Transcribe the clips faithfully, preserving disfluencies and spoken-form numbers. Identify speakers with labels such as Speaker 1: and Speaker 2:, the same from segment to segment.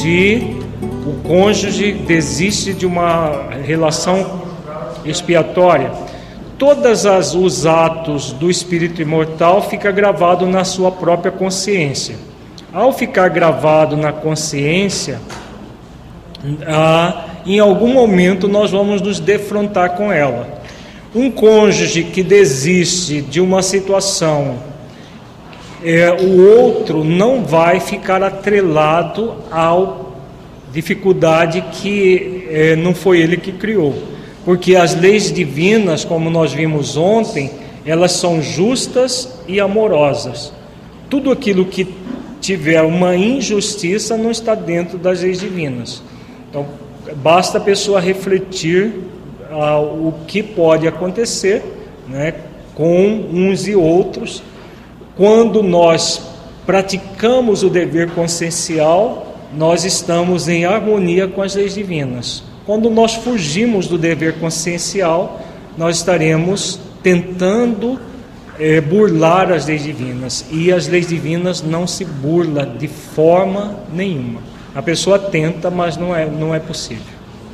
Speaker 1: de o cônjuge desiste de uma relação expiatória, todos as, os atos do espírito imortal ficam gravados na sua própria consciência. Ao ficar gravado na consciência, ah, em algum momento nós vamos nos defrontar com ela. Um cônjuge que desiste de uma situação, é, o outro não vai ficar atrelado à dificuldade que é, não foi ele que criou. Porque as leis divinas, como nós vimos ontem, elas são justas e amorosas. Tudo aquilo que tiver uma injustiça não está dentro das leis divinas. Então, basta a pessoa refletir ah, o que pode acontecer, né, com uns e outros. Quando nós praticamos o dever consciencial, nós estamos em harmonia com as leis divinas. Quando nós fugimos do dever consciencial, nós estaremos tentando é, burlar as leis divinas. E as leis divinas não se burlam de forma nenhuma. A pessoa tenta, mas não é, não é possível.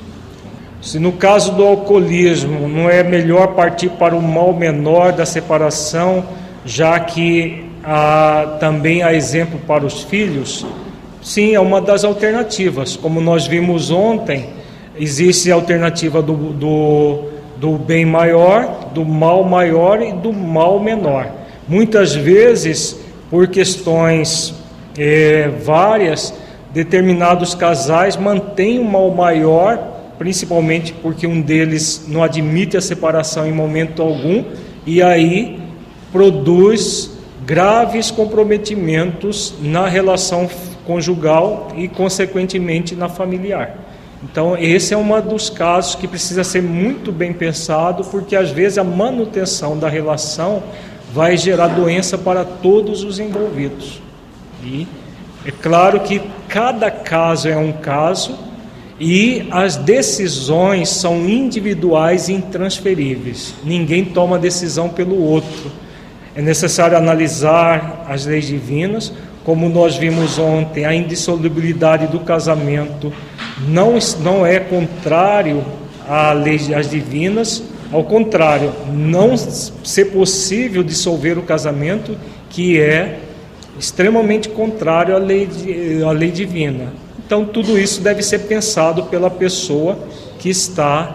Speaker 1: Se no caso do alcoolismo não é melhor partir para o mal menor da separação, já que há, também há exemplo para os filhos, sim, é uma das alternativas. Como nós vimos ontem, existe a alternativa do, do, do bem maior, do mal maior e do mal menor. Muitas vezes, por questões é, várias, determinados casais mantêm o mal maior, principalmente porque um deles não admite a separação em momento algum, e aí produz graves comprometimentos na relação conjugal e, consequentemente, na familiar. Então, esse é um dos casos que precisa ser muito bem pensado, porque às vezes a manutenção da relação vai gerar doença para todos os envolvidos. E é claro que cada caso é um caso e as decisões são individuais e intransferíveis. Ninguém toma decisão pelo outro. É necessário analisar as leis divinas, como nós vimos ontem, a indissolubilidade do casamento não, não é contrário à lei, às divinas, ao contrário, não ser possível dissolver o casamento, que é extremamente contrário à lei, à lei divina. Então, tudo isso deve ser pensado pela pessoa que está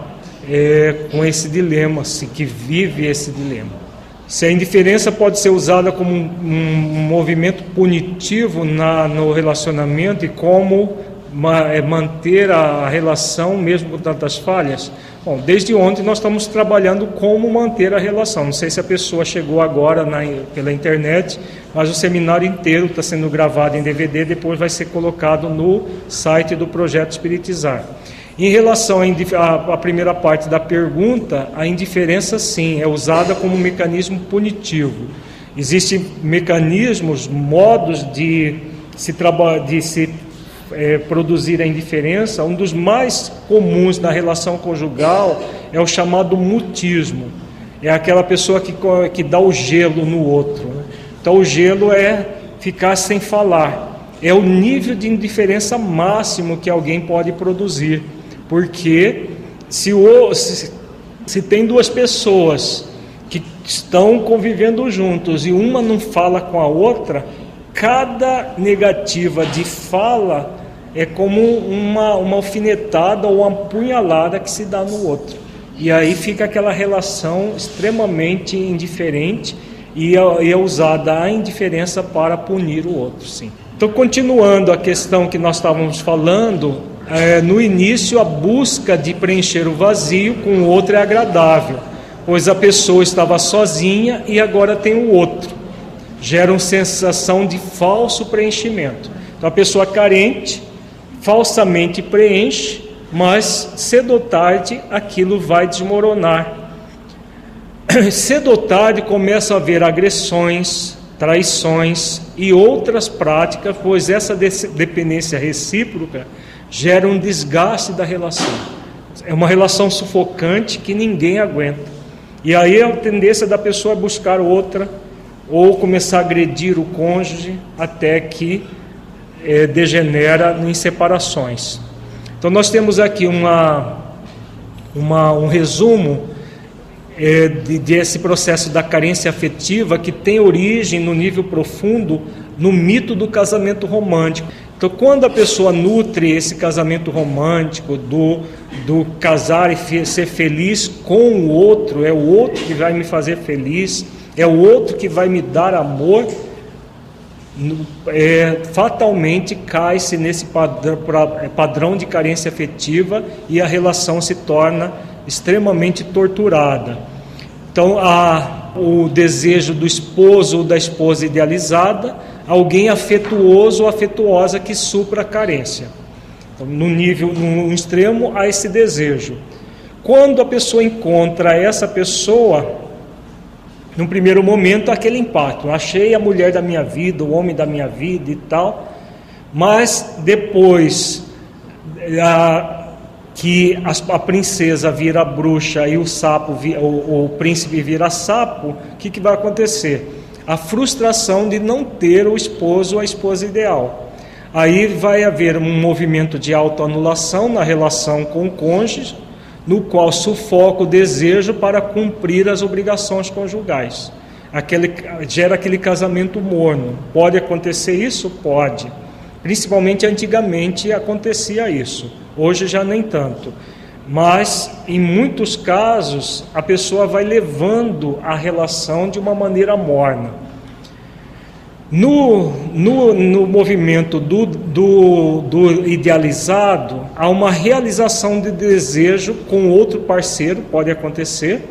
Speaker 1: é, com esse dilema, assim, que vive esse dilema. Se a indiferença pode ser usada como um, um movimento punitivo na, no relacionamento e como ma, é, manter a relação mesmo com tantas falhas? Bom, desde ontem nós estamos trabalhando como manter a relação. Não sei se a pessoa chegou agora na, pela internet, mas o seminário inteiro está sendo gravado em D V D, depois vai ser colocado no site do Projeto Espiritizar. Em relação à primeira parte da pergunta, a indiferença, sim, é usada como um mecanismo punitivo. Existem mecanismos, modos de se, de se é, produzir a indiferença. Um dos mais comuns na relação conjugal é o chamado mutismo. É aquela pessoa que, que dá o gelo no outro, né? Então, o gelo é ficar sem falar. É o nível de indiferença máximo que alguém pode produzir. Porque se, o, se, se tem duas pessoas que estão convivendo juntos e uma não fala com a outra, cada negativa de fala é como uma, uma alfinetada ou uma punhalada que se dá no outro. E aí fica aquela relação extremamente indiferente e é, é usada a indiferença para punir o outro, sim. Então, continuando a questão que nós estávamos falando, É, no início, a busca de preencher o vazio com o outro é agradável, pois a pessoa estava sozinha e agora tem o outro. Gera uma sensação de falso preenchimento. Então, a pessoa carente falsamente preenche, mas cedo ou tarde aquilo vai desmoronar. Cedo ou tarde começam a haver agressões, traições e outras práticas, pois essa dependência recíproca gera um desgaste da relação. É uma relação sufocante que ninguém aguenta. E aí a tendência da pessoa é buscar outra, ou começar a agredir o cônjuge, até que é, degenera em separações. Então nós temos aqui uma, uma, um resumo é, de, desse processo da carência afetiva, que tem origem no nível profundo no mito do casamento romântico. Então, quando a pessoa nutre esse casamento romântico, do, do casar e fe, ser feliz com o outro, é o outro que vai me fazer feliz, é o outro que vai me dar amor, é, fatalmente cai-se nesse padrão, padrão de carência afetiva e a relação se torna extremamente torturada. Então, há o desejo do esposo ou da esposa idealizada, alguém afetuoso ou afetuosa que supra a carência. Então, no nível, no extremo, há esse desejo. Quando a pessoa encontra essa pessoa, num primeiro momento, aquele impacto, achei a mulher da minha vida, o homem da minha vida e tal, mas depois a, que a, a princesa vira bruxa e o sapo, o, o príncipe vira sapo, o que, que vai acontecer? A frustração de não ter o esposo ou a esposa ideal. Aí vai haver um movimento de autoanulação na relação com o cônjuge, no qual sufoca o desejo para cumprir as obrigações conjugais. Aquele, gera aquele casamento morno. Pode acontecer isso? Pode. Principalmente antigamente acontecia isso. Hoje já nem tanto. Mas, em muitos casos, a pessoa vai levando a relação de uma maneira morna. No, no, no movimento do, do, do idealizado, há uma realização de desejo com outro parceiro, pode acontecer,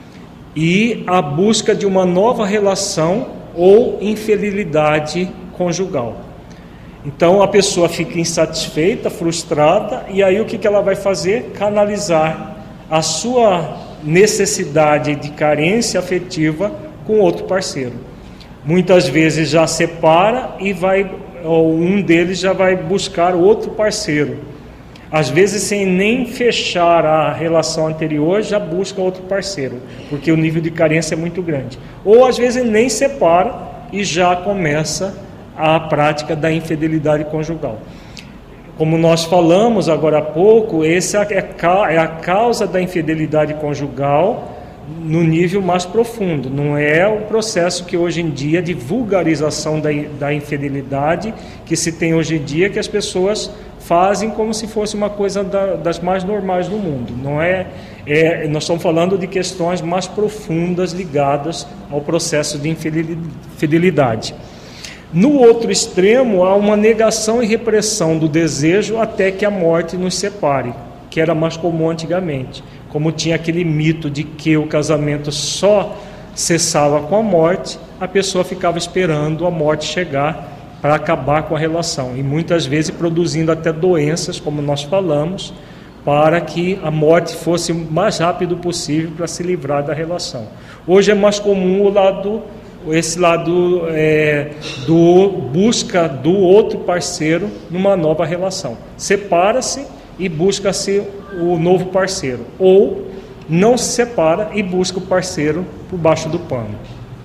Speaker 1: e a busca de uma nova relação ou infidelidade conjugal. Então a pessoa fica insatisfeita, frustrada, e aí o que, que ela vai fazer? Canalizar a sua necessidade de carência afetiva com outro parceiro. Muitas vezes já separa e vai, ou um deles já vai buscar outro parceiro. Às vezes sem nem fechar a relação anterior, já busca outro parceiro, porque o nível de carência é muito grande. Ou às vezes nem separa e já começa a prática da infidelidade conjugal. Como nós falamos agora há pouco, essa é a causa da infidelidade conjugal no nível mais profundo. Não é o processo que hoje em dia de vulgarização da, da infidelidade que se tem hoje em dia, que as pessoas fazem como se fosse uma coisa da, das mais normais do mundo. Não é, é, nós estamos falando de questões mais profundas ligadas ao processo de infidelidade. No outro extremo, há uma negação e repressão do desejo até que a morte nos separe, que era mais comum antigamente. Como tinha aquele mito de que o casamento só cessava com a morte, a pessoa ficava esperando a morte chegar para acabar com a relação. E muitas vezes produzindo até doenças, como nós falamos, para que a morte fosse o mais rápido possível para se livrar da relação. Hoje é mais comum o lado... esse lado é, do busca do outro parceiro numa nova relação. Separa-se e busca-se o novo parceiro, ou não se separa e busca o parceiro por baixo do pano.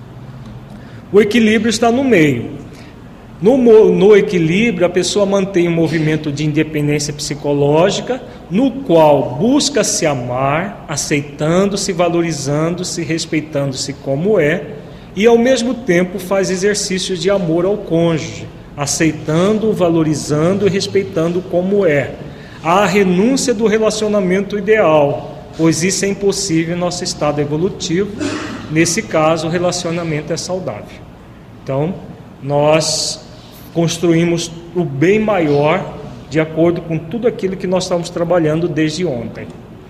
Speaker 1: O equilíbrio está no meio. No, no equilíbrio, a pessoa mantém um movimento de independência psicológica, no qual busca se amar, aceitando-se, valorizando-se, respeitando-se como é, e ao mesmo tempo faz exercícios de amor ao cônjuge, aceitando, valorizando e respeitando como é. Há a renúncia do relacionamento ideal, pois isso é impossível em nosso estado evolutivo. Nesse caso, o relacionamento é saudável. Então, nós construímos o bem maior de acordo com tudo aquilo que nós estamos trabalhando desde ontem.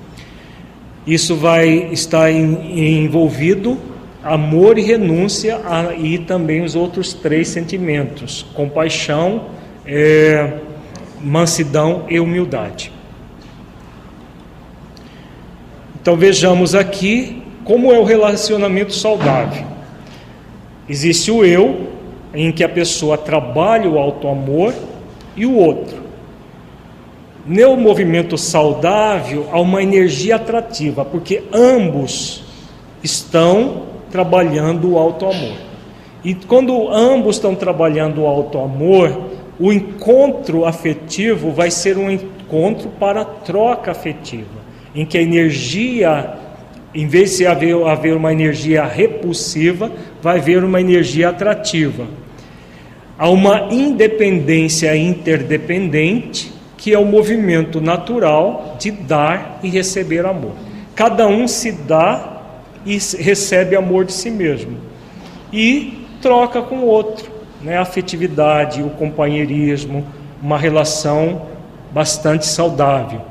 Speaker 1: Isso vai estar em, envolvido amor e renúncia, e também os outros três sentimentos: compaixão, é, mansidão e humildade. Então vejamos aqui como é o relacionamento saudável. Existe o eu, em que a pessoa trabalha o auto-amor, e o outro. No movimento saudável há uma energia atrativa, porque ambos estão trabalhando o auto-amor. E quando ambos estão trabalhando o auto-amor, o encontro afetivo vai ser um encontro para troca afetiva, em que a energia, em vez de haver, haver uma energia repulsiva, vai haver uma energia atrativa. Há uma independência interdependente, que é o movimento natural de dar e receber amor. Cada um se dá e recebe amor de si mesmo, e troca com o outro, né? A afetividade, o companheirismo, uma relação bastante saudável.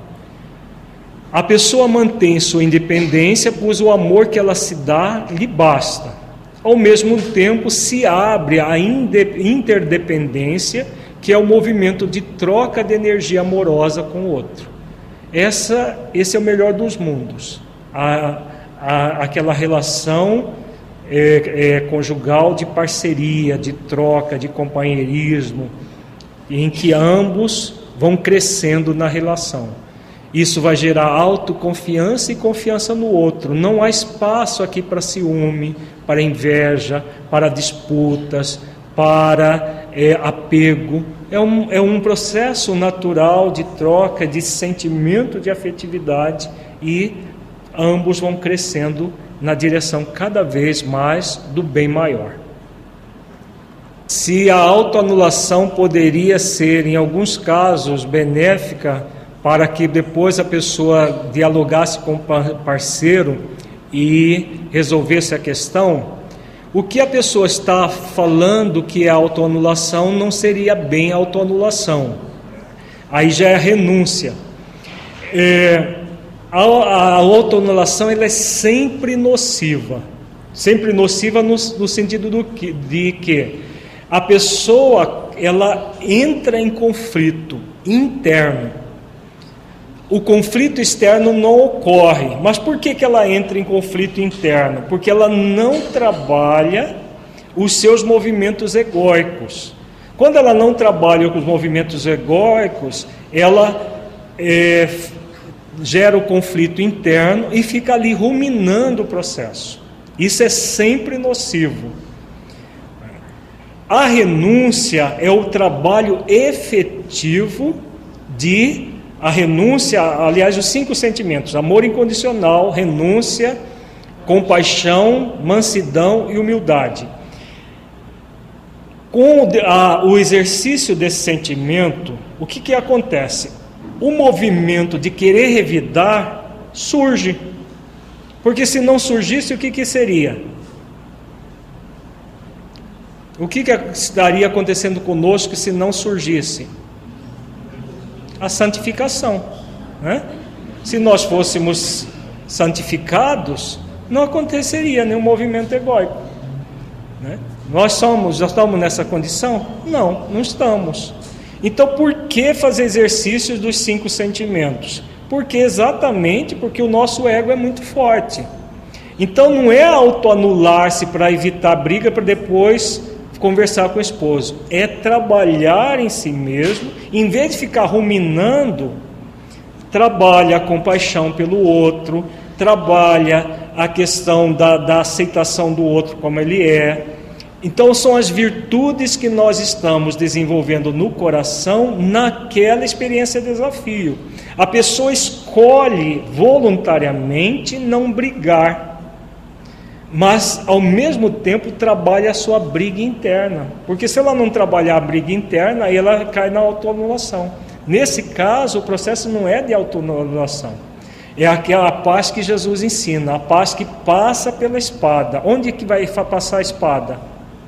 Speaker 1: A pessoa mantém sua independência, pois o amor que ela se dá lhe basta. Ao mesmo tempo, se abre a interdependência, que é o movimento de troca de energia amorosa com o outro. Essa, esse é o melhor dos mundos. A, a, aquela relação é, é, conjugal de parceria, de troca, de companheirismo, em que ambos vão crescendo na relação. Isso vai gerar autoconfiança e confiança no outro. Não há espaço aqui para ciúme, para inveja, para disputas, para é, apego. É um, é um processo natural de troca, de sentimento de afetividade, e ambos vão crescendo na direção cada vez mais do bem maior. Se a autoanulação poderia ser, em alguns casos, benéfica, para que depois a pessoa dialogasse com o parceiro e resolvesse a questão, o que a pessoa está falando que é autoanulação não seria bem autoanulação. Aí já é a renúncia. É, a, a autoanulação ela é sempre nociva. Sempre nociva no, no sentido do que, de que a pessoa ela entra em conflito interno. O conflito externo não ocorre. Mas por que que ela entra em conflito interno? Porque ela não trabalha os seus movimentos egóicos. Quando ela não trabalha com os movimentos egóicos, ela é, gera o conflito interno e fica ali ruminando o processo. Isso é sempre nocivo. A renúncia é o trabalho efetivo de A renúncia, aliás, os cinco sentimentos: amor incondicional, renúncia, compaixão, mansidão e humildade. Com a, o exercício desse sentimento, o que que acontece? O movimento de querer revidar surge. Porque se não surgisse, o que que seria? O que que estaria acontecendo conosco se não surgisse? A santificação, né? Se nós fôssemos santificados, não aconteceria nenhum movimento egóico, né? Nós somos, já estamos nessa condição? Não, não estamos. Então, por que fazer exercícios dos cinco sentimentos? Porque exatamente porque o nosso ego é muito forte. Então, não é autoanular-se para evitar briga para depois conversar com o esposo, é trabalhar em si mesmo. Em vez de ficar ruminando, trabalha a compaixão pelo outro, trabalha a questão da, da aceitação do outro como ele é. Então são as virtudes que nós estamos desenvolvendo no coração naquela experiência de desafio. A pessoa escolhe voluntariamente não brigar, mas ao mesmo tempo trabalha a sua briga interna, porque se ela não trabalhar a briga interna, aí ela cai na autoanulação. Nesse caso, o processo não é de autoanulação, é aquela paz que Jesus ensina, a paz que passa pela espada. Onde que vai passar a espada?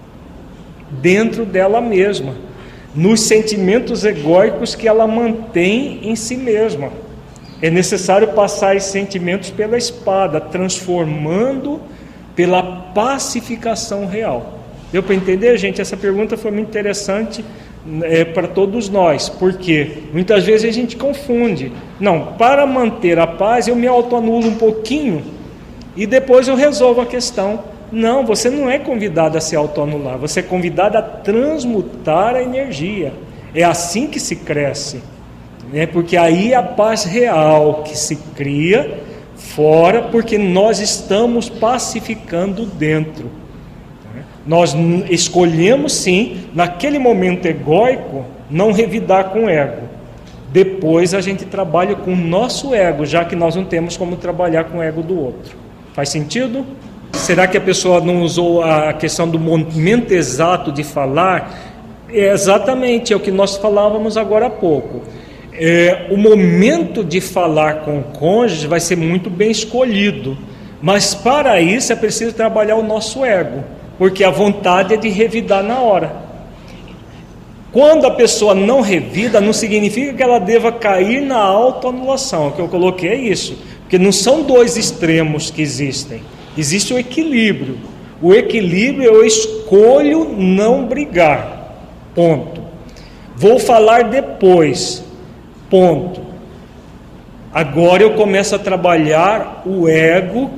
Speaker 1: Dentro dela mesma, nos sentimentos egóicos que ela mantém em si mesma. É necessário passar esses sentimentos pela espada, transformando pela pacificação real. Deu para entender, gente? Essa pergunta foi muito interessante é, para todos nós, porque muitas vezes a gente confunde. Não, para manter a paz eu me autoanulo um pouquinho e depois eu resolvo a questão. Não, você não é convidado a se autoanular, você é convidado a transmutar a energia. É assim que se cresce, né? Porque aí a paz real que se cria fora, porque nós estamos pacificando dentro. Nós escolhemos sim, naquele momento egóico, não revidar com o ego. Depois a gente trabalha com o nosso ego, já que nós não temos como trabalhar com o ego do outro. Faz sentido? Será que a pessoa não usou a questão do momento exato de falar? É exatamente, é o que nós falávamos agora há pouco. É, o momento de falar com o cônjuge vai ser muito bem escolhido, mas para isso é preciso trabalhar o nosso ego, porque a vontade é de revidar na hora. Quando a pessoa não revida, não significa que ela deva cair na autoanulação. O que eu coloquei é isso, porque não são dois extremos que existem, existe o equilíbrio. O equilíbrio, eu escolho não brigar, ponto. Vou falar depois, ponto. Agora eu começo a trabalhar o ego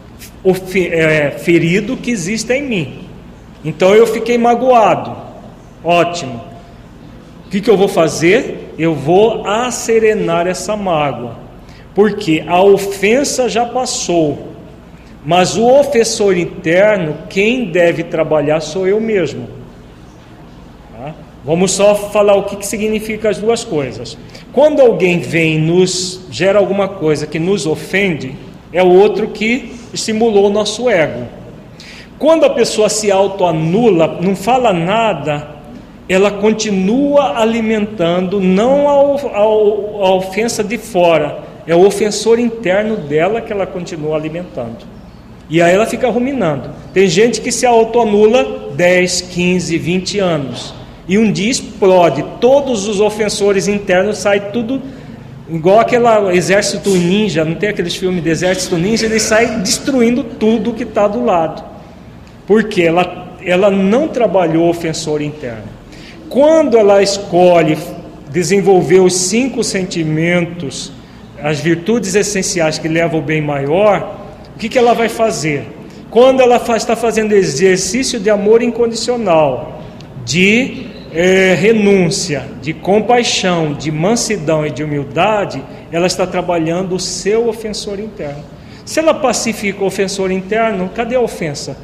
Speaker 1: ferido que existe em mim. Então eu fiquei magoado, ótimo. O que, que eu vou fazer? Eu vou acerenar essa mágoa, porque a ofensa já passou, mas o ofensor interno, quem deve trabalhar sou eu mesmo. Tá? Vamos só falar o que, que significa as duas coisas. Quando alguém vem e nos gera alguma coisa que nos ofende, é o outro que estimulou o nosso ego. Quando a pessoa se autoanula, não fala nada, ela continua alimentando, não a, a, a ofensa de fora, é o ofensor interno dela que ela continua alimentando. E aí ela fica ruminando. Tem gente que se autoanula dez, quinze, vinte anos, e um dia explode, todos os ofensores internos saem tudo, igual aquele exército ninja, não tem aqueles filmes de exército ninja, ele sai destruindo tudo que está do lado, porque ela, ela não trabalhou o ofensor interno. Quando ela escolhe desenvolver os cinco sentimentos, as virtudes essenciais que levam ao bem maior, o que, que ela vai fazer? Quando ela faz, está fazendo exercício de amor incondicional, de é, renúncia, de compaixão, de mansidão e de humildade, ela está trabalhando o seu ofensor interno. Se ela pacifica o ofensor interno, cadê a ofensa?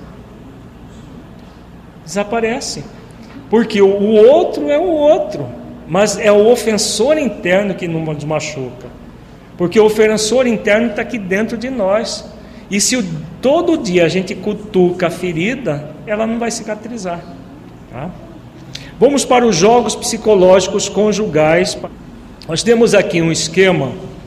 Speaker 1: Desaparece. Porque o outro é o outro, mas é o ofensor interno que nos machuca. Porque o ofensor interno está aqui dentro de nós. E se todo dia a gente cutuca a ferida, ela não vai cicatrizar. Tá? Vamos para os jogos psicológicos conjugais. Nós temos aqui um esquema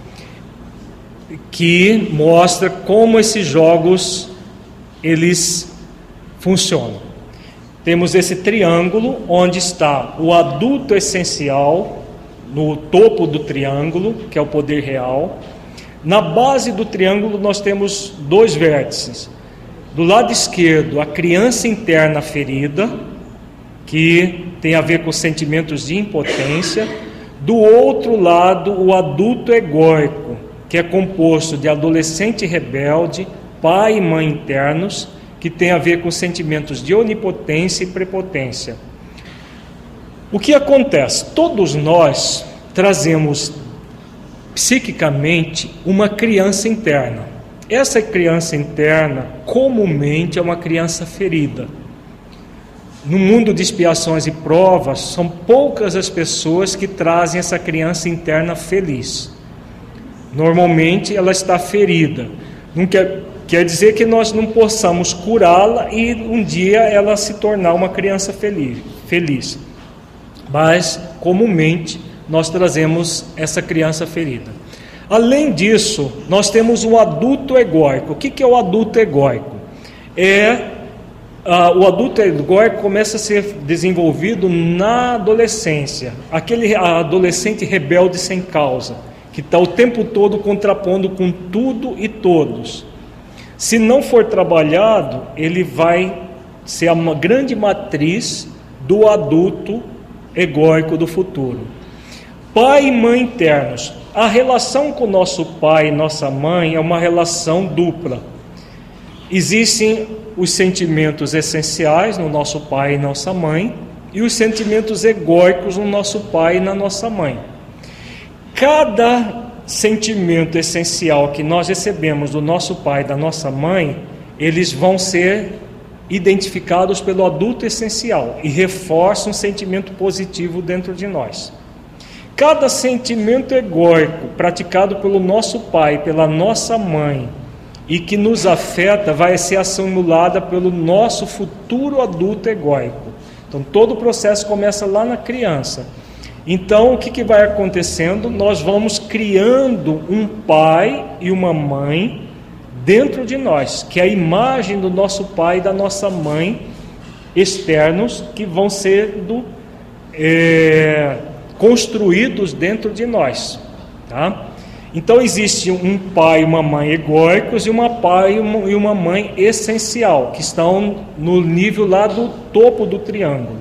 Speaker 1: que mostra como esses jogos eles funcionam. Temos esse triângulo onde está o adulto essencial, no topo do triângulo, que é o poder real. Na base do triângulo nós temos dois vértices. Do lado esquerdo, a criança interna ferida, que tem a ver com sentimentos de impotência. Do outro lado, o adulto egóico, que é composto de adolescente rebelde, pai e mãe internos, que tem a ver com sentimentos de onipotência e prepotência. O que acontece? Todos nós trazemos psiquicamente uma criança interna. Essa criança interna, comumente, é uma criança ferida. No mundo de expiações e provas, são poucas as pessoas que trazem essa criança interna feliz. Normalmente, ela está ferida. Não quer... Quer dizer que nós não possamos curá-la e um dia ela se tornar uma criança feliz, feliz. Mas, comumente, nós trazemos essa criança ferida. Além disso, nós temos o adulto egóico. O que, que é o adulto egóico? É, ah, o adulto egóico começa a ser desenvolvido na adolescência. Aquele adolescente rebelde sem causa, que está o tempo todo contrapondo com tudo e todos. Se não for trabalhado, ele vai ser uma grande matriz do adulto egóico do futuro. Pai e mãe internos. A relação com nosso pai e nossa mãe é uma relação dupla. Existem os sentimentos essenciais no nosso pai e nossa mãe, e os sentimentos egóicos no nosso pai e na nossa mãe. Cada sentimento essencial que nós recebemos do nosso pai e da nossa mãe, eles vão ser identificados pelo adulto essencial e reforçam um sentimento positivo dentro de nós. Cada sentimento egóico praticado pelo nosso pai, pela nossa mãe, e que nos afeta, vai ser assimilada pelo nosso futuro adulto egóico. Então, todo o processo começa lá na criança. Então, o que, que vai acontecendo? Nós vamos criando um pai e uma mãe dentro de nós, que é a imagem do nosso pai e da nossa mãe externos, que vão sendo é, construídos dentro de nós, tá? Então existe um pai e uma mãe egóicos e uma pai e uma mãe essencial, que estão no nível lá do topo do triângulo.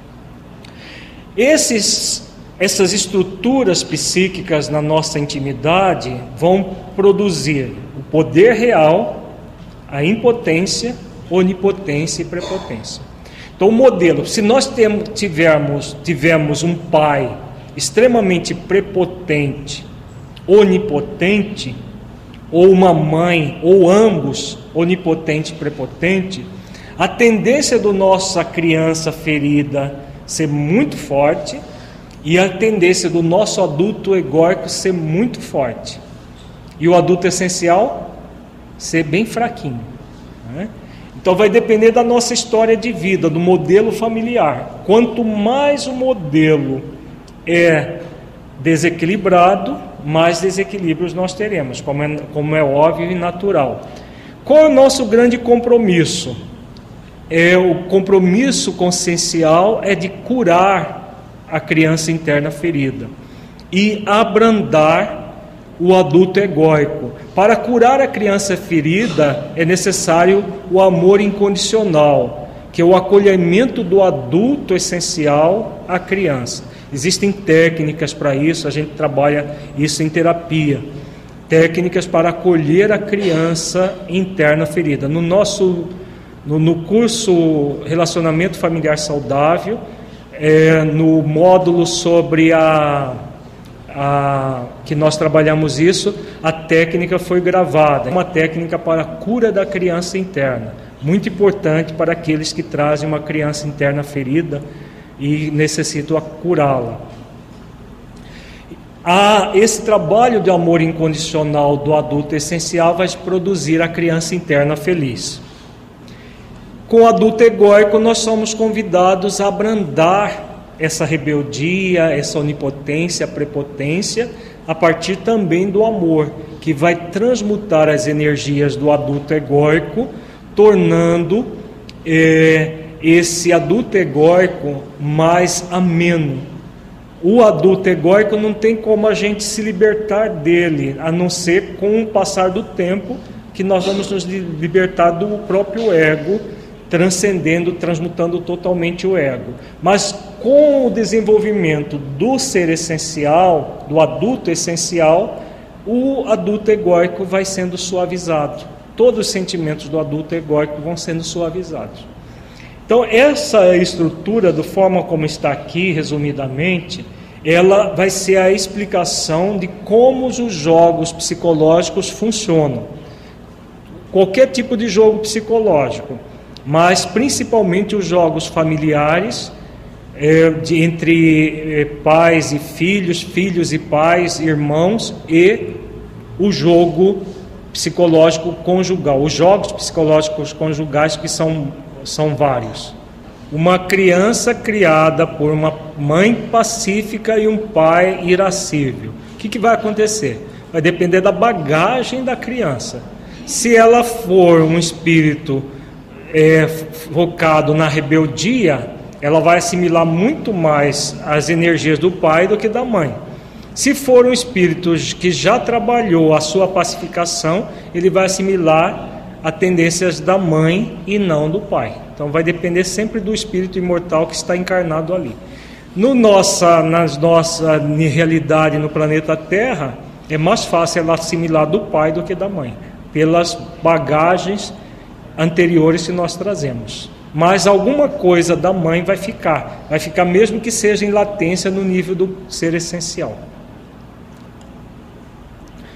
Speaker 1: Esses, essas estruturas psíquicas na nossa intimidade vão produzir o poder real, a impotência, onipotência e prepotência. Então o modelo, se nós temos, tivermos, tivermos um pai extremamente prepotente, onipotente, ou uma mãe, ou ambos, onipotente e prepotente, a tendência do nossa criança ferida ser muito forte e a tendência do nosso adulto egóico ser muito forte e o adulto essencial ser bem fraquinho, né? Então vai depender da nossa história de vida, do modelo familiar. Quanto mais o modelo é desequilibrado, mais desequilíbrios nós teremos, como é, como é óbvio e natural. Qual é o nosso grande compromisso? É, o compromisso consciencial é de curar a criança interna ferida e abrandar o adulto egóico. Para curar a criança ferida é necessário o amor incondicional, que é o acolhimento do adulto essencial à criança. Existem técnicas para isso, a gente trabalha isso em terapia. Técnicas para acolher a criança interna ferida. No nosso no, no curso Relacionamento Familiar Saudável, é, no módulo sobre a, a que nós trabalhamos isso, a técnica foi gravada. Uma técnica para a cura da criança interna, muito importante para aqueles que trazem uma criança interna ferida e necessitam curá-la. Ah, esse trabalho de amor incondicional do adulto essencial vai produzir a criança interna feliz. Com o adulto egóico, nós somos convidados a abrandar essa rebeldia, essa onipotência, prepotência, a partir também do amor, que vai transmutar as energias do adulto egóico, tornando é, esse adulto egóico mais ameno. O adulto egóico não tem como a gente se libertar dele, a não ser com o passar do tempo, que nós vamos nos libertar do próprio ego, transcendendo, transmutando totalmente o ego. Mas com o desenvolvimento do ser essencial, do adulto essencial, o adulto egóico vai sendo suavizado. Todos os sentimentos do adulto egóico vão sendo suavizados. Então, essa estrutura, da forma como está aqui, resumidamente, ela vai ser a explicação de como os jogos psicológicos funcionam. Qualquer tipo de jogo psicológico, mas principalmente os jogos familiares, é, de, entre é, pais e filhos, filhos e pais, irmãos, e o jogo psicológico conjugal, os jogos psicológicos conjugais, que são, são vários. Uma criança criada por uma mãe pacífica e um pai irascível. O que, que vai acontecer? Vai depender da bagagem da criança. Se ela for um espírito é, focado na rebeldia, ela vai assimilar muito mais as energias do pai do que da mãe. Se for um espírito que já trabalhou a sua pacificação, ele vai assimilar as tendências da mãe e não do pai. Então vai depender sempre do espírito imortal que está encarnado ali. No nossa, na nossa realidade no planeta Terra, é mais fácil ela assimilar do pai do que da mãe, pelas bagagens anteriores que nós trazemos. Mas alguma coisa da mãe vai ficar, vai ficar mesmo que seja em latência no nível do ser essencial.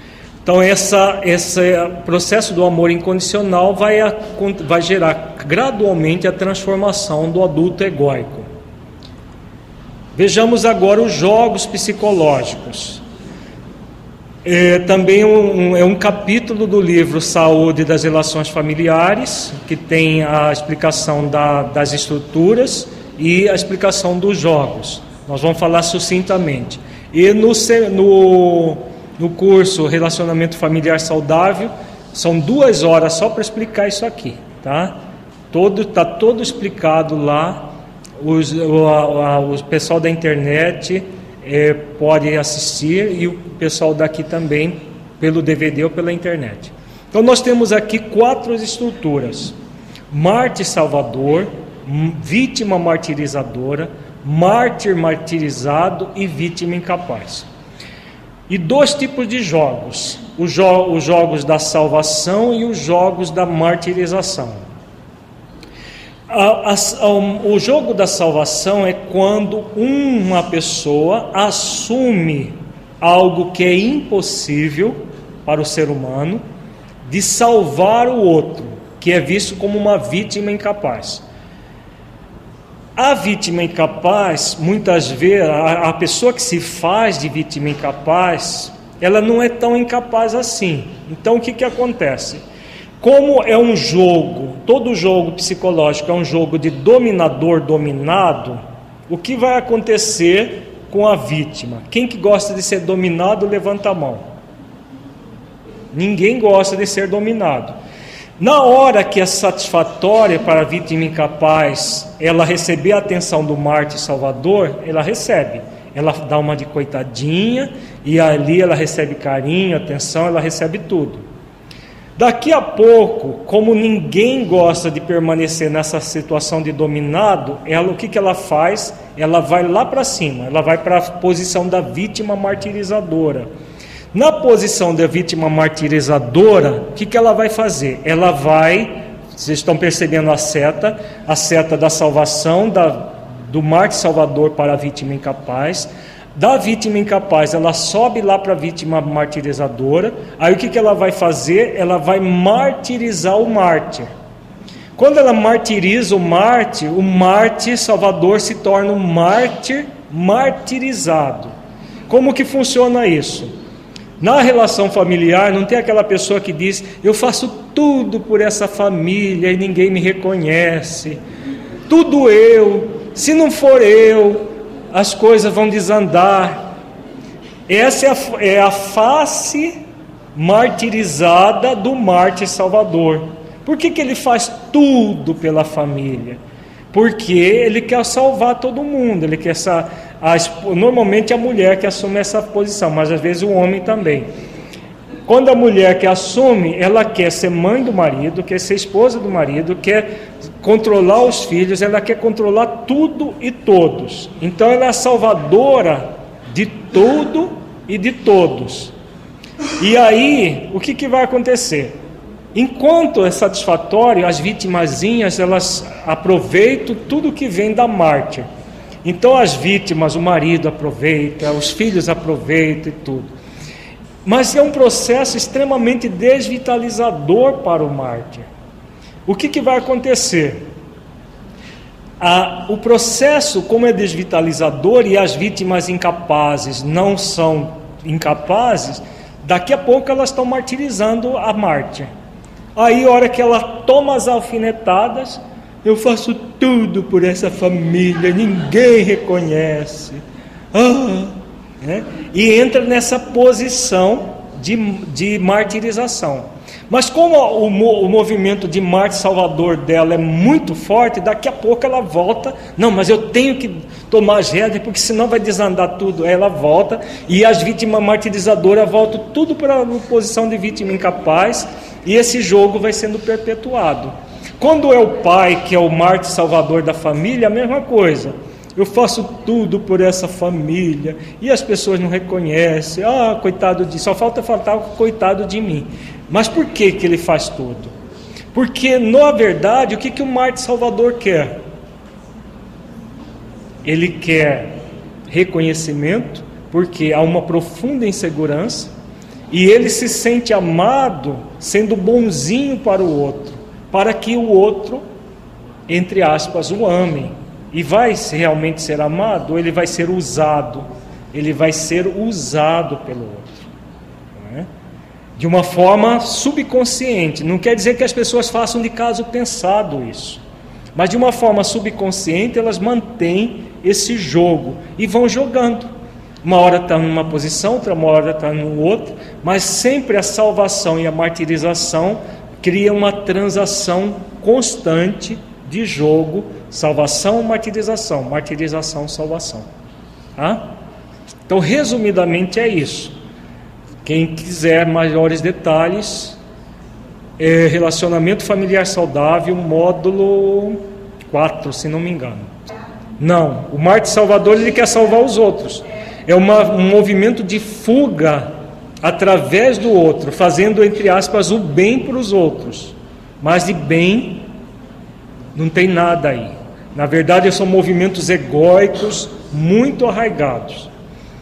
Speaker 1: Então essa, esse processo do amor incondicional vai, vai gerar gradualmente a transformação do adulto egóico. Vejamos agora os jogos psicológicos. É também um, é um capítulo do livro Saúde das Relações Familiares, que tem a explicação da, das estruturas e a explicação dos jogos. Nós vamos falar sucintamente. E no, no, no curso Relacionamento Familiar Saudável, são duas horas só para explicar isso aqui, tá? Todo, tá todo explicado lá. Os, o, a, o pessoal da internet é, pode assistir, e o pessoal daqui também, pelo D V D ou pela internet. Então nós temos aqui quatro estruturas: Mártir Salvador, vítima martirizadora, mártir martirizado e vítima incapaz. E dois tipos de jogos: os, jo- os jogos da salvação e os jogos da martirização. A, a, a, o jogo da salvação é quando uma pessoa assume algo que é impossível para o ser humano, de salvar o outro, que é visto como uma vítima incapaz. A vítima incapaz, muitas vezes, a, a pessoa que se faz de vítima incapaz, ela não é tão incapaz assim. Então o que, que acontece? Como é um jogo, todo jogo psicológico é um jogo de dominador-dominado, o que vai acontecer com a vítima? Quem que gosta de ser dominado, levanta a mão. Ninguém gosta de ser dominado. Na hora que é satisfatória para a vítima incapaz ela receber a atenção do mártir salvador, ela recebe. Ela dá uma de coitadinha, e ali ela recebe carinho, atenção, ela recebe tudo. Daqui a pouco, como ninguém gosta de permanecer nessa situação de dominado, ela, o que, que ela faz? Ela vai lá para cima, ela vai para a posição da vítima martirizadora. Na posição da vítima martirizadora, o que, que ela vai fazer? Ela vai, vocês estão percebendo a seta, a seta da salvação, da, do mártir salvador para a vítima incapaz. Da vítima incapaz, ela sobe lá para a vítima martirizadora. Aí o que, que ela vai fazer? Ela vai martirizar o mártir. Quando ela martiriza o mártir, o mártir salvador se torna um mártir martirizado. Como que funciona isso? Na relação familiar, não tem aquela pessoa que diz: eu faço tudo por essa família e ninguém me reconhece. Tudo eu, se não for eu, as coisas vão desandar. Essa é a, é a face martirizada do mártir salvador. Por que, que ele faz tudo pela família? Porque ele quer salvar todo mundo. Ele quer essa, a, normalmente a mulher que assume essa posição, mas às vezes o homem também. Quando a mulher que assume, ela quer ser mãe do marido, quer ser esposa do marido, quer controlar os filhos, ela quer controlar tudo e todos. Então ela é a salvadora de tudo e de todos. E aí, o que, que vai acontecer? Enquanto é satisfatório, as vitimazinhas, elas aproveitam tudo que vem da mártir. Então as vítimas, o marido aproveita, os filhos aproveitam e tudo. Mas é um processo extremamente desvitalizador para o mártir. O que, que vai acontecer? Ah, o processo, como é desvitalizador e as vítimas incapazes não são incapazes, daqui a pouco elas estão martirizando a mártir. Aí, a hora que ela toma as alfinetadas, eu faço tudo por essa família, ninguém reconhece. Ah, né? E entra nessa posição de, de martirização. Mas como o, o movimento de mártir salvador dela é muito forte, daqui a pouco ela volta. Não, mas eu tenho que tomar as rédeas, porque senão vai desandar tudo. Aí ela volta, e as vítimas martirizadoras voltam tudo para a posição de vítima incapaz, e esse jogo vai sendo perpetuado. Quando é o pai, que é o mártir salvador da família, a mesma coisa. Eu faço tudo por essa família, e as pessoas não reconhecem. Ah, coitado de... Só falta falar coitado de mim. Mas por que, que ele faz tudo? Porque, na verdade, o que, que o mártir salvador quer? Ele quer reconhecimento, porque há uma profunda insegurança. E ele se sente amado sendo bonzinho para o outro, para que o outro, entre aspas, o ame. E vai realmente ser amado, ou ele vai ser usado? Ele vai ser usado pelo outro, não é? De uma forma subconsciente. Não quer dizer que as pessoas façam de caso pensado isso, mas de uma forma subconsciente elas mantêm esse jogo e vão jogando. Uma hora está numa posição, outra hora está no outro, mas sempre a salvação e a martirização criam uma transação constante de jogo, salvação, martirização, martirização, salvação. Tá? Então, resumidamente é isso. Quem quiser maiores detalhes, é relacionamento familiar saudável, módulo quatro, se não me engano. Não, o Marte Salvador, ele quer salvar os outros. É uma, um movimento de fuga através do outro, fazendo, entre aspas, o bem para os outros. Mas de bem não tem nada aí. Na verdade, são movimentos egóicos muito arraigados.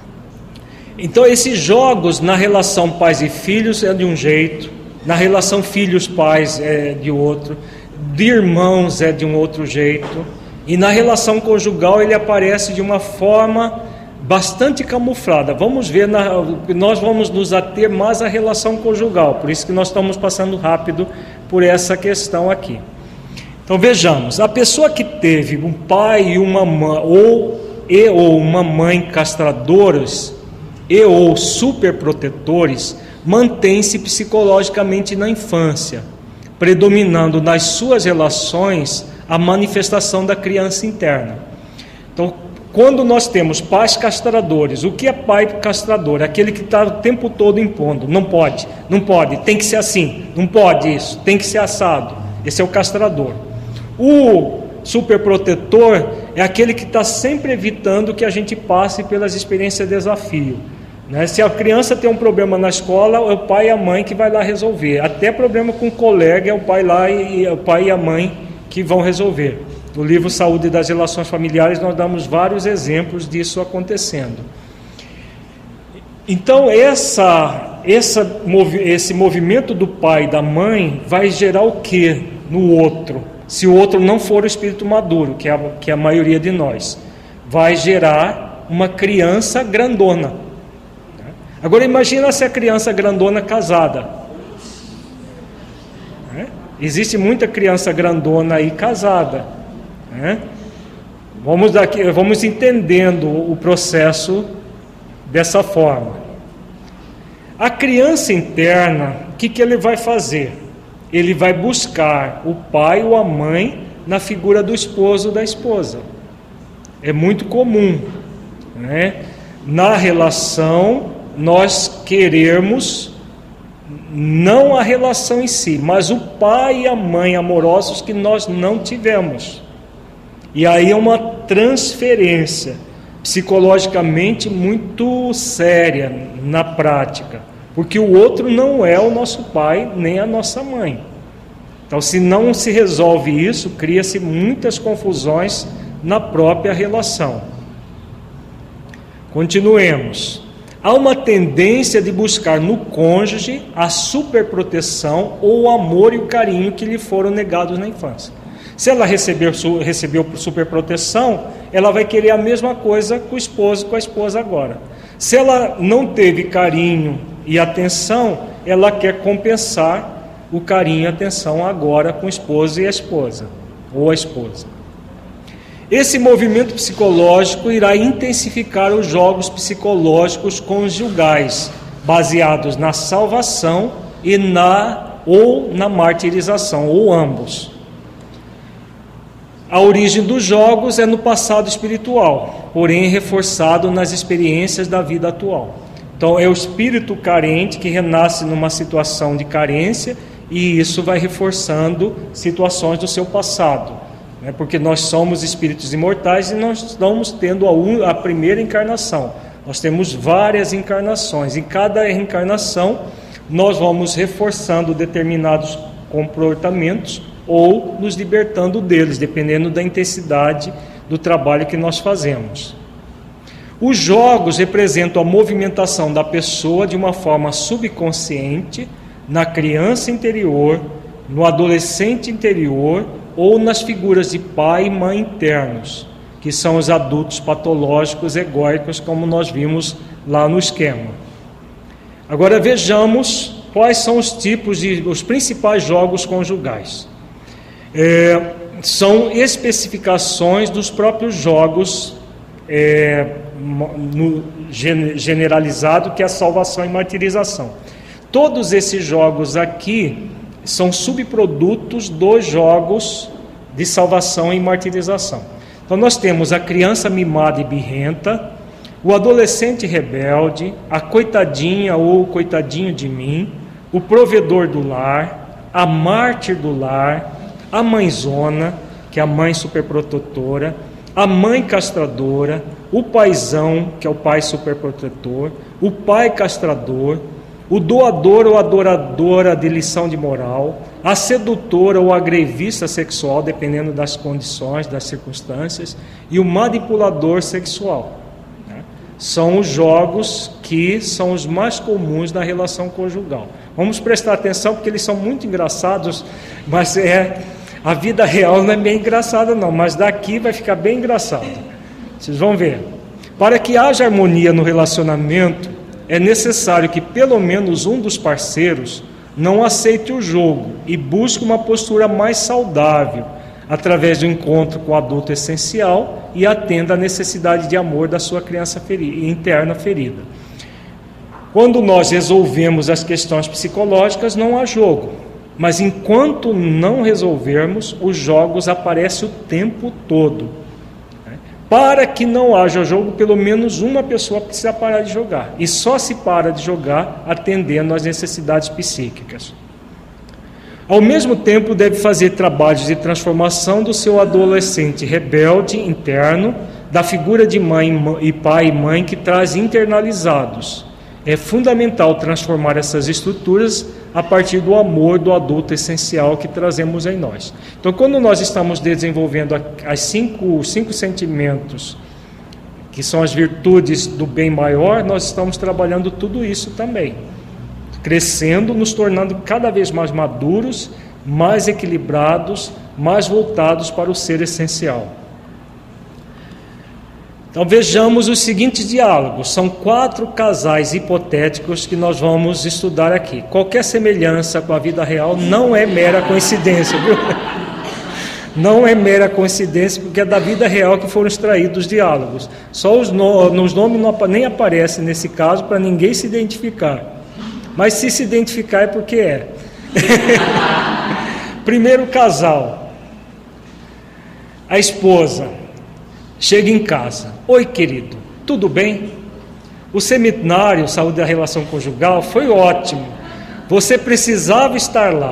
Speaker 1: Então, esses jogos na relação pais e filhos é de um jeito, na relação filhos-pais é de outro, de irmãos é de um outro jeito, e na relação conjugal ele aparece de uma forma bastante camuflada. Vamos ver, na, nós vamos nos ater mais à relação conjugal, por isso que nós estamos passando rápido por essa questão aqui. Então vejamos, a pessoa que teve um pai e uma mãe, ou, e ou uma mãe castradoras, e ou superprotetores, mantém-se psicologicamente na infância, predominando nas suas relações a manifestação da criança interna. Então, quando nós temos pais castradores, o que é pai castrador? Aquele que está o tempo todo impondo, não pode, não pode, tem que ser assim, não pode isso, tem que ser assado. Esse é o castrador. O superprotetor é aquele que está sempre evitando que a gente passe pelas experiências de desafio. Né? Se a criança tem um problema na escola, é o pai e a mãe que vai lá resolver. Até problema com o colega, é o pai lá e, e o pai e a mãe que vão resolver. No livro Saúde das Relações Familiares nós damos vários exemplos disso acontecendo. Então essa, essa, esse movimento do pai e da mãe vai gerar o que no outro? Se o outro não for o espírito maduro, que é a, que é a maioria de nós, vai gerar uma criança grandona. Agora imagina se a criança grandona casada. É? Existe muita criança grandona aí casada. É? Vamos, daqui, vamos entendendo o processo dessa forma. A criança interna, o que, que ele vai fazer? Ele vai buscar o pai ou a mãe na figura do esposo ou da esposa. É muito comum, né? Na relação, nós queremos não a relação em si, mas o pai e a mãe amorosos que nós não tivemos. E aí é uma transferência psicologicamente muito séria na prática, porque o outro não é o nosso pai nem a nossa mãe. Então, se não se resolve isso, cria-se muitas confusões na própria relação. Continuemos. Há uma tendência de buscar no cônjuge a superproteção ou o amor e o carinho que lhe foram negados na infância. Se ela recebeu, recebeu superproteção, ela vai querer a mesma coisa com o esposo e com a esposa agora. Se ela não teve carinho e atenção, ela quer compensar o carinho e atenção agora com o esposo e a esposa, ou a esposa. Esse movimento psicológico irá intensificar os jogos psicológicos conjugais, baseados na salvação e na, ou na martirização, ou ambos. A origem dos jogos é no passado espiritual, porém reforçado nas experiências da vida atual. Então é o espírito carente que renasce numa situação de carência e isso vai reforçando situações do seu passado, né? Porque nós somos espíritos imortais e nós estamos tendo a, un... a primeira encarnação. Nós temos várias encarnações. Em cada reencarnação nós vamos reforçando determinados comportamentos ou nos libertando deles, dependendo da intensidade do trabalho que nós fazemos. Os jogos representam a movimentação da pessoa de uma forma subconsciente na criança interior, no adolescente interior ou nas figuras de pai e mãe internos, que são os adultos patológicos egóicos, como nós vimos lá no esquema. Agora vejamos quais são os tipos de os principais jogos conjugais. É, são especificações dos próprios jogos é, no, generalizado, que é a salvação e martirização. Todos esses jogos aqui são subprodutos dos jogos de salvação e martirização. Então nós temos a criança mimada e birrenta, o adolescente rebelde, a coitadinha ou coitadinho de mim, o provedor do lar, a mártir do lar, a mãezona, que é a mãe superprotetora, a mãe castradora, o paizão, que é o pai superprotetor, o pai castrador, o doador ou adoradora de lição de moral, a sedutora ou agrevista sexual, dependendo das condições, das circunstâncias, e o manipulador sexual. Né? São os jogos que são os mais comuns na relação conjugal. Vamos prestar atenção, porque eles são muito engraçados, mas é, a vida real não é bem engraçada não, mas daqui vai ficar bem engraçado. Vocês vão ver. Para que haja harmonia no relacionamento, é necessário que pelo menos um dos parceiros não aceite o jogo e busque uma postura mais saudável, através do encontro com o adulto essencial, e atenda à necessidade de amor da sua criança ferida, interna ferida. Quando nós resolvemos as questões psicológicas, não há jogo, mas enquanto não resolvermos, os jogos aparecem o tempo todo. Para que não haja jogo, pelo menos uma pessoa precisa parar de jogar. E só se para de jogar atendendo às necessidades psíquicas. Ao mesmo tempo, deve fazer trabalhos de transformação do seu adolescente rebelde interno, da figura de mãe e pai e mãe que traz internalizados. É fundamental transformar essas estruturas a partir do amor do adulto essencial que trazemos em nós. Então, quando nós estamos desenvolvendo as cinco, cinco sentimentos, que são as virtudes do bem maior, nós estamos trabalhando tudo isso também. Crescendo, nos tornando cada vez mais maduros, mais equilibrados, mais voltados para o ser essencial. Então vejamos os seguintes diálogos. São quatro casais hipotéticos que nós vamos estudar aqui. Qualquer semelhança com a vida real não é mera coincidência, viu? Não é mera coincidência, porque é da vida real que foram extraídos os diálogos. Só os, no, nos nomes não, nem aparecem nesse caso para ninguém se identificar. Mas se se identificar é porque é. Primeiro casal. A esposa chega em casa. Oi, querido, tudo bem? O seminário Saúde da Relação Conjugal foi ótimo. Você precisava estar lá.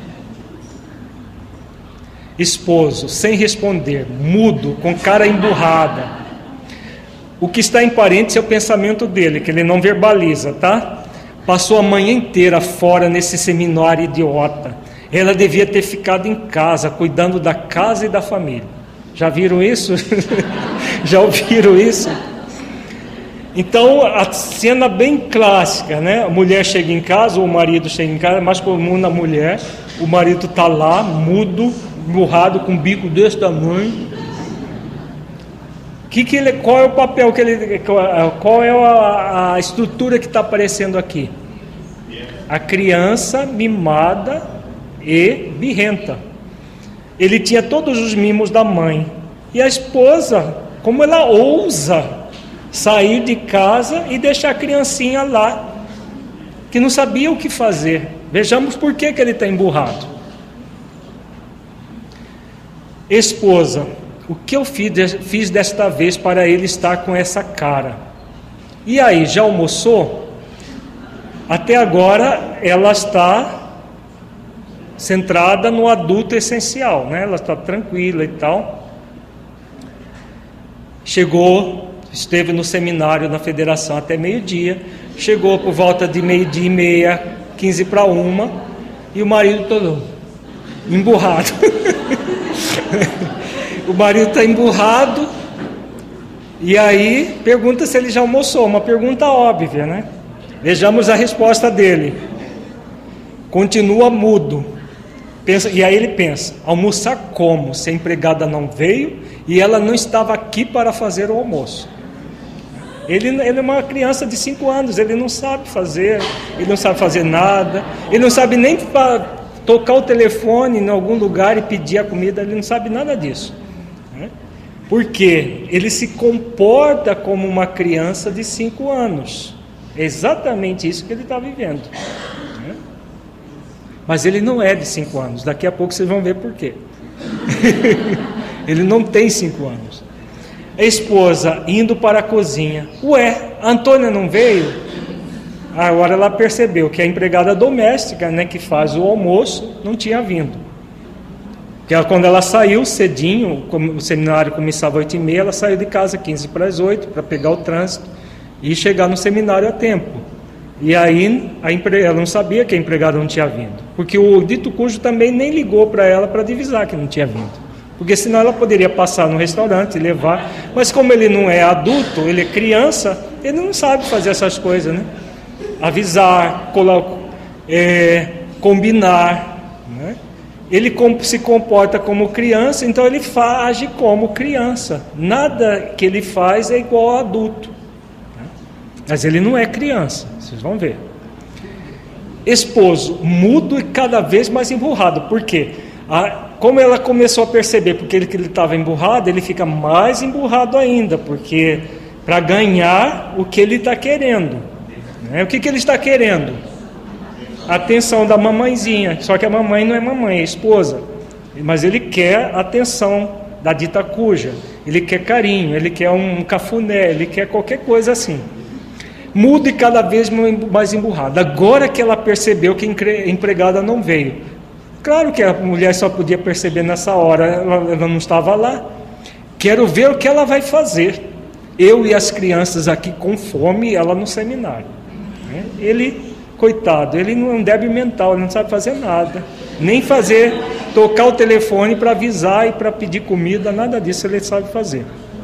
Speaker 1: Esposo, sem responder, mudo, com cara emburrada. O que está em parênteses é o pensamento dele, que ele não verbaliza, tá? Passou a manhã inteira fora nesse seminário idiota. Ela devia ter ficado em casa, cuidando da casa e da família. Já viram isso? Já ouviram isso? Então, a cena bem clássica, né? A mulher chega em casa, ou o marido chega em casa, é mais comum na mulher. O marido está lá, mudo, emburrado, com um bico desse tamanho. Que que ele, qual é o papel que ele... Qual é a, a estrutura que está aparecendo aqui? A criança mimada e birrenta. Ele tinha todos os mimos da mãe. E a esposa, como ela ousa sair de casa e deixar a criancinha lá, que não sabia o que fazer. Vejamos por que, que ele está emburrado. Esposa, o que eu fiz, fiz desta vez para ele estar com essa cara? E aí, já almoçou? Até agora ela está centrada no adulto essencial, né? Ela está tranquila e tal. Chegou, esteve no seminário da federação até meio-dia, chegou por volta de meio-dia e meia, quinze para uma, e o marido todo emburrado. O marido está emburrado E aí pergunta se ele já almoçou, uma pergunta óbvia, né? Vejamos a resposta dele. Continua mudo. Pensa, e aí ele pensa, almoçar como? Se a empregada não veio e ela não estava aqui para fazer o almoço. Ele, ele é uma criança de cinco anos, ele não sabe fazer, ele não sabe fazer nada, ele não sabe nem pra tocar o telefone em algum lugar e pedir a comida, ele não sabe nada disso. Né? Porque ele se comporta como uma criança de cinco anos. É exatamente isso que ele está vivendo. Né? Mas ele não é de cinco anos, daqui a pouco vocês vão ver por quê. Ele não tem cinco anos. A esposa indo para a cozinha. Ué, a Antônia não veio? Agora ela percebeu que a empregada doméstica, né, que faz o almoço, não tinha vindo. Porque ela, quando ela saiu cedinho, o seminário começava às oito e meia, ela saiu de casa quinze para as oito para pegar o trânsito e chegar no seminário a tempo. E aí a empre... ela não sabia que a empregada não tinha vindo. Porque o dito cujo também nem ligou para ela para divisar que não tinha vindo. Porque senão ela poderia passar no restaurante e levar. Mas como ele não é adulto, ele é criança, ele não sabe fazer essas coisas, né? Avisar, colo- é, combinar, né? Ele se comporta como criança, então ele age como criança. Nada que ele faz é igual ao adulto. Né? Mas ele não é criança, vocês vão ver. Esposo, mudo e cada vez mais emburrado. Por quê? A Como ela começou a perceber porque ele, que ele estava emburrado, ele fica mais emburrado ainda, porque para ganhar o que ele está querendo. Né? O que, que ele está querendo? A atenção da mamãezinha, só que a mamãe não é mamãe, é esposa. Mas ele quer a atenção da dita cuja, ele quer carinho, ele quer um cafuné, ele quer qualquer coisa assim. Muda e cada vez mais emburrado. Agora que ela percebeu que a empregada não veio. Claro que a mulher só podia perceber nessa hora, ela, ela não estava lá. Quero ver o que ela vai fazer. Eu e as crianças aqui com fome, ela no seminário. Né? Ele, coitado, ele não é um débil mental, ele não sabe fazer nada. Nem fazer, tocar o telefone para avisar e para pedir comida, nada disso ele sabe fazer.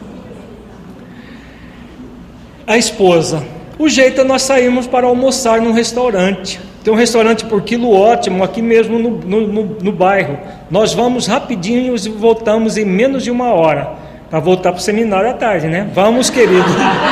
Speaker 1: A esposa, o jeito é nós sairmos para almoçar num restaurante. Tem um restaurante por quilo ótimo aqui mesmo no, no, no, no bairro. Nós vamos rapidinho e voltamos em menos de uma hora. Para voltar para o seminário à tarde, né? Vamos, querido.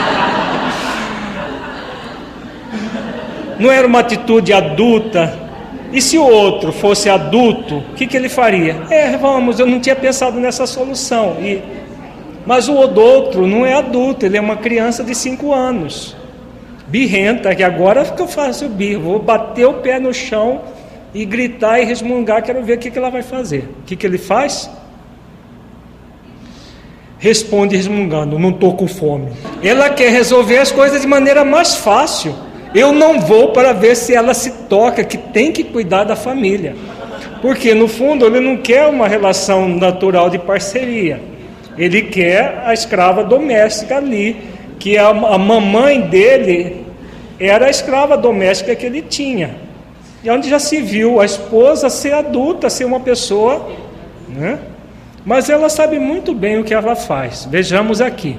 Speaker 1: Não era uma atitude adulta. E se o outro fosse adulto, o que, que ele faria? É, vamos, eu não tinha pensado nessa solução. E, mas o outro não é adulto, ele é uma criança de cinco anos. Birrenta, que agora que eu faço o birro, vou bater o pé no chão e gritar e resmungar, quero ver o que, que ela vai fazer. O que, que ele faz? Responde resmungando, não estou com fome. Ela quer resolver as coisas de maneira mais fácil. Eu não vou para ver se ela se toca, que tem que cuidar da família. Porque no fundo ele não quer uma relação natural de parceria. Ele quer a escrava doméstica ali, que a, a mamãe dele era a escrava doméstica que ele tinha. E onde já se viu a esposa ser adulta, ser uma pessoa, né? Mas ela sabe muito bem o que ela faz. Vejamos aqui.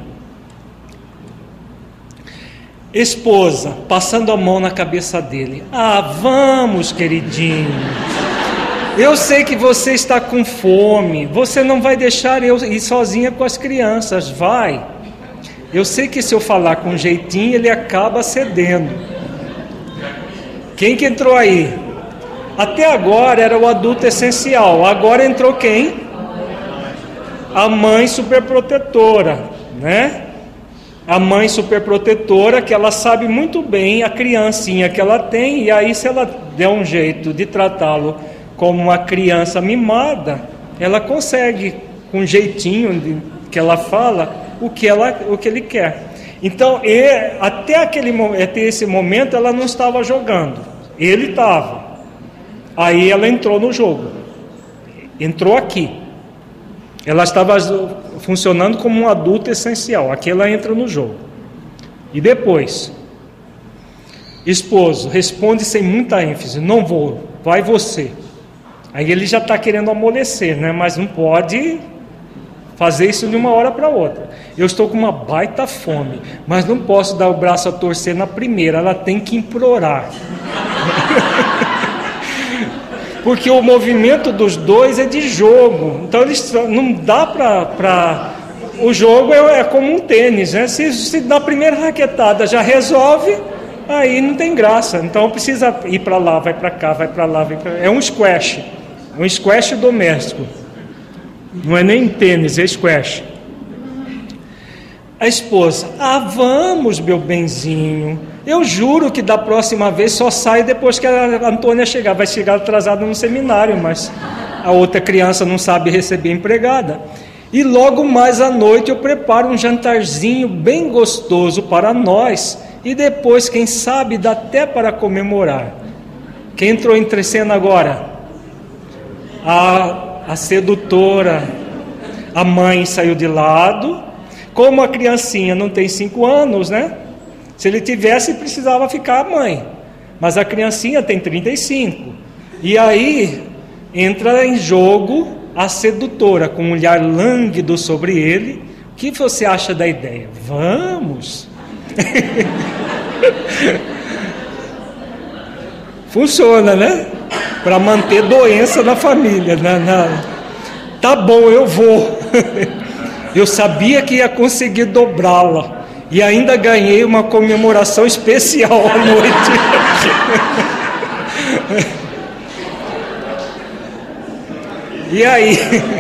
Speaker 1: Esposa, passando a mão na cabeça dele. Ah, vamos, queridinho. Eu sei que você está com fome. Você não vai deixar eu ir sozinha com as crianças. Vai. Eu sei que se eu falar com jeitinho, ele acaba cedendo. Quem que entrou aí? Até agora era o adulto essencial. Agora entrou quem? A mãe superprotetora, né? A mãe superprotetora, que ela sabe muito bem a criancinha que ela tem, e aí se ela der um jeito de tratá-lo como uma criança mimada, ela consegue, com um jeitinho de, que ela fala, o que, ela, o que ele quer. Então, e, até, aquele, até esse momento, ela não estava jogando. Ele estava. Aí ela entrou no jogo. Entrou aqui. Ela estava funcionando como um adulto essencial. Aqui ela entra no jogo. E depois, esposo, responde sem muita ênfase: não vou, vai você. Aí ele já está querendo amolecer, né? Mas não pode fazer isso de uma hora para outra. Eu estou com uma baita fome, mas não posso dar o braço a torcer na primeira, ela tem que implorar. Porque o movimento dos dois é de jogo, então eles não dá para... O jogo é, é como um tênis, né? Se, se na primeira raquetada já resolve, aí não tem graça. Então precisa ir para lá, vai para cá, vai para lá, vai para... É um squash, um squash doméstico. Não é nem tênis, é squash. A esposa: ah, vamos, meu benzinho. Eu juro que da próxima vez só sai depois que a Antônia chegar. Vai chegar atrasada no seminário, mas a outra criança não sabe receber empregada. E logo mais à noite eu preparo um jantarzinho bem gostoso para nós. E depois, quem sabe, dá até para comemorar. Quem entrou em cena agora? A... A sedutora. A mãe saiu de lado. Como a criancinha não tem cinco anos, né? Se ele tivesse, precisava ficar a mãe. Mas a criancinha tem trinta e cinco. E aí entra em jogo a sedutora, com um olhar lânguido sobre ele. O que você acha da ideia? Vamos! Funciona, né? Para manter doença na família. Na, na... Tá bom, eu vou. Eu sabia que ia conseguir dobrá-la. E ainda ganhei uma comemoração especial à noite. E aí?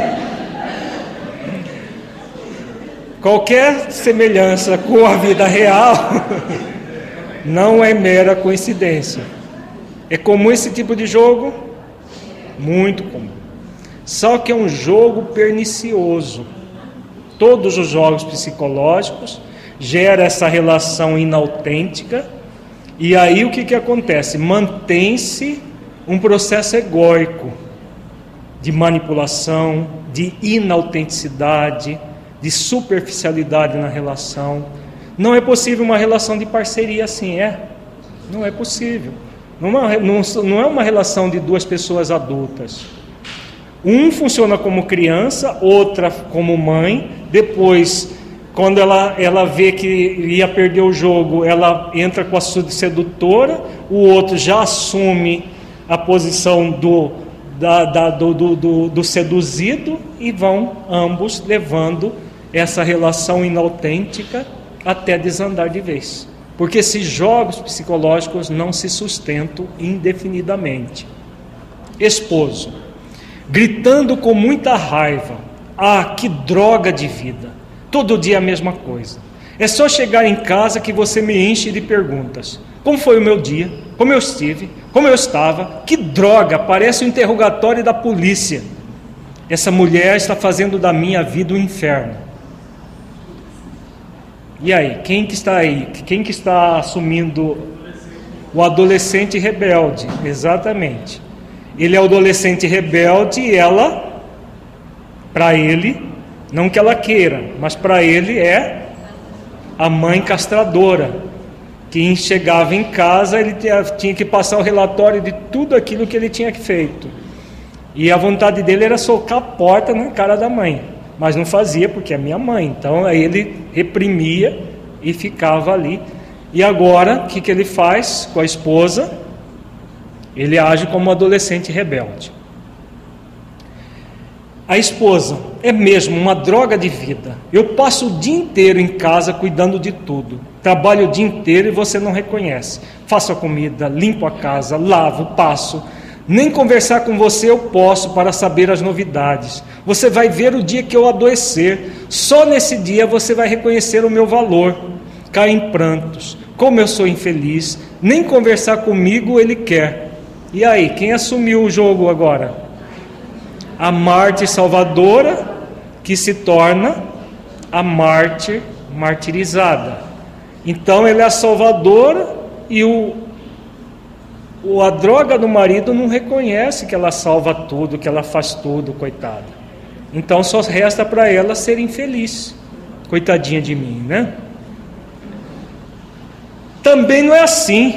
Speaker 1: Qualquer semelhança com a vida real não é mera coincidência. É comum esse tipo de jogo? Muito comum. Só que é um jogo pernicioso. Todos os jogos psicológicos geram essa relação inautêntica. E aí o que, que acontece? Mantém-se um processo egóico de manipulação, de inautenticidade, de superficialidade na relação. Não é possível uma relação de parceria assim, é? Não é possível. Não é, não, não é uma relação de duas pessoas adultas. Um funciona como criança, outra como mãe. Depois, quando ela, ela vê que ia perder o jogo, ela entra com a sedutora. O outro já assume a posição do, da, da, do, do, do, do seduzido, e vão ambos levando essa relação inautêntica até desandar de vez. Porque esses jogos psicológicos não se sustentam indefinidamente. Esposo, gritando com muita raiva: ah, que droga de vida, todo dia a mesma coisa. É só chegar em casa que você me enche de perguntas. Como foi o meu dia? Como eu estive? Como eu estava? Que droga, parece um interrogatório da polícia. Essa mulher está fazendo da minha vida um inferno. E aí, quem que está aí? Quem que está assumindo? O adolescente rebelde, exatamente. Ele é o adolescente rebelde e ela, para ele, não que ela queira, mas para ele é a mãe castradora, que chegava em casa, ele tinha que passar o relatório de tudo aquilo que ele tinha feito. E a vontade dele era socar a porta na cara da mãe. Mas não fazia porque é minha mãe. Então aí ele reprimia e ficava ali. E agora, o que, que ele faz com a esposa? Ele age como um adolescente rebelde. A esposa é mesmo uma droga de vida. Eu passo o dia inteiro em casa cuidando de tudo. Trabalho o dia inteiro e você não reconhece. Faço a comida, limpo a casa, lavo, passo. Nem conversar com você eu posso para saber as novidades. Você vai ver o dia que eu adoecer. Só nesse dia você vai reconhecer o meu valor. Cai em prantos. Como eu sou infeliz. Nem conversar comigo ele quer. E aí, quem assumiu o jogo agora? A mártir salvadora, que se torna a mártir martirizada. Então ele é a salvadora e o A droga do marido não reconhece que ela salva tudo, que ela faz tudo, coitada. Então só resta para ela ser infeliz. Coitadinha de mim, né? Também não é assim.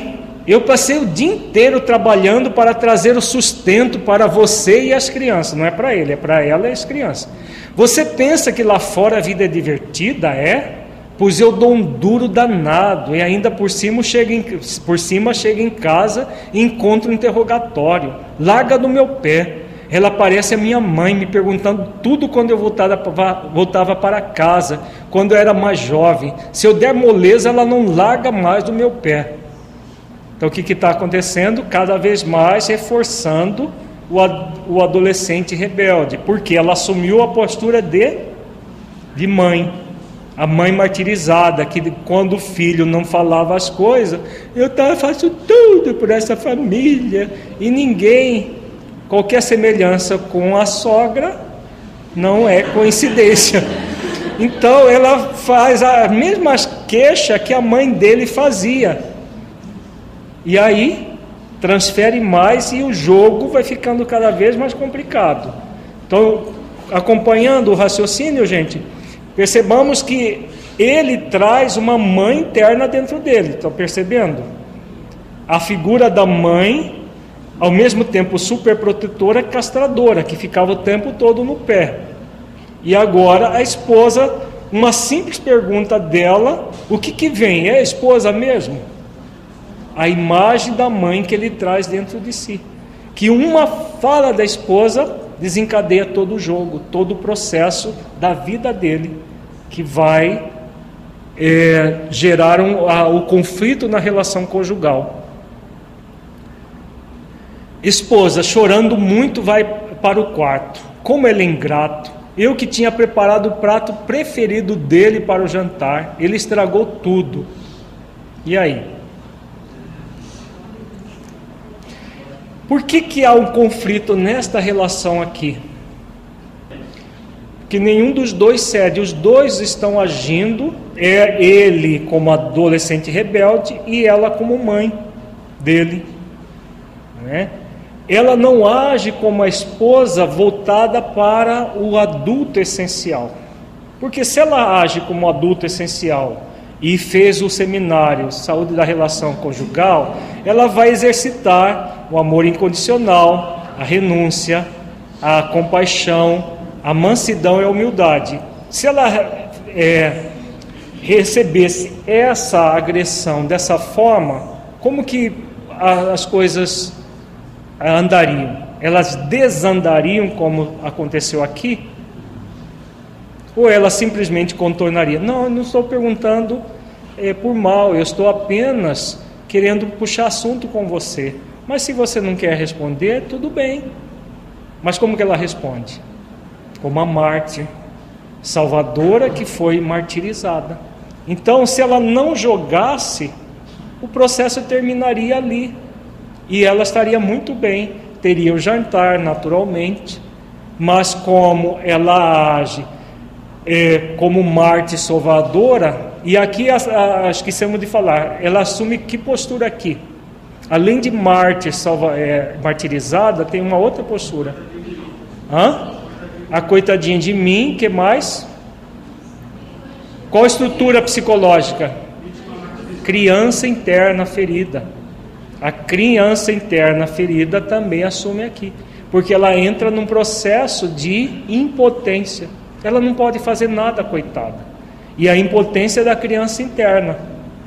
Speaker 1: Eu passei o dia inteiro trabalhando para trazer o sustento para você e as crianças. Não é para ele, é para ela e as crianças. Você pensa que lá fora a vida é divertida? É? Pois eu dou um duro danado, e ainda por cima chego em, por cima chego em casa e encontro um interrogatório. Larga do meu pé. Ela parece a minha mãe, me perguntando tudo quando eu voltava, voltava para casa, quando eu era mais jovem. Se eu der moleza, ela não larga mais do meu pé. Então o que está acontecendo? Cada vez mais reforçando o, o adolescente rebelde, porque ela assumiu a postura de, de mãe, a mãe martirizada, que quando o filho não falava as coisas, eu tá, faço tudo por essa família, e ninguém, qualquer semelhança com a sogra não é coincidência. Então ela faz a mesma queixa que a mãe dele fazia. E aí, transfere mais e o jogo vai ficando cada vez mais complicado. Então, acompanhando o raciocínio, gente, percebamos que ele traz uma mãe interna dentro dele. Estão percebendo? A figura da mãe, ao mesmo tempo superprotetora, castradora, que ficava o tempo todo no pé. E agora a esposa, uma simples pergunta dela, o que que vem? É a esposa mesmo? A imagem da mãe que ele traz dentro de si, que uma fala da esposa desencadeia todo o jogo, todo o processo da vida dele, que vai é, gerar um, a, o conflito na relação conjugal. Esposa, chorando muito, vai para o quarto. Como ele é ingrato! Eu que tinha preparado o prato preferido dele para o jantar, ele estragou tudo. E aí? Por que que há um conflito nesta relação aqui? Que nenhum dos dois cede, os dois estão agindo, é ele como adolescente rebelde e ela como mãe dele, né? Ela não age como a esposa voltada para o adulto essencial, porque se ela age como adulto essencial e fez o seminário Saúde da Relação Conjugal, ela vai exercitar o amor incondicional, a renúncia, a compaixão, a mansidão e a humildade. Se ela é, recebesse essa agressão dessa forma, como que a, as coisas andariam? Elas desandariam como aconteceu aqui? Ou ela simplesmente contornaria? Não, eu não estou perguntando é, por mal, eu estou apenas querendo puxar assunto com você. Mas se você não quer responder, tudo bem. Mas como que ela responde? Como a mártir, salvadora que foi martirizada. Então, se ela não jogasse, o processo terminaria ali. E ela estaria muito bem, teria o jantar naturalmente, mas como ela age é, como mártir salvadora, e aqui acho que esquecemos de falar, ela assume que postura aqui? Além de mártir salva, é, martirizada, tem uma outra postura. Hã? A coitadinha de mim, que mais? Qual a estrutura psicológica? Criança interna ferida. A criança interna ferida também assume aqui, porque ela entra num processo de impotência. Ela não pode fazer nada, coitada. E a impotência da criança interna.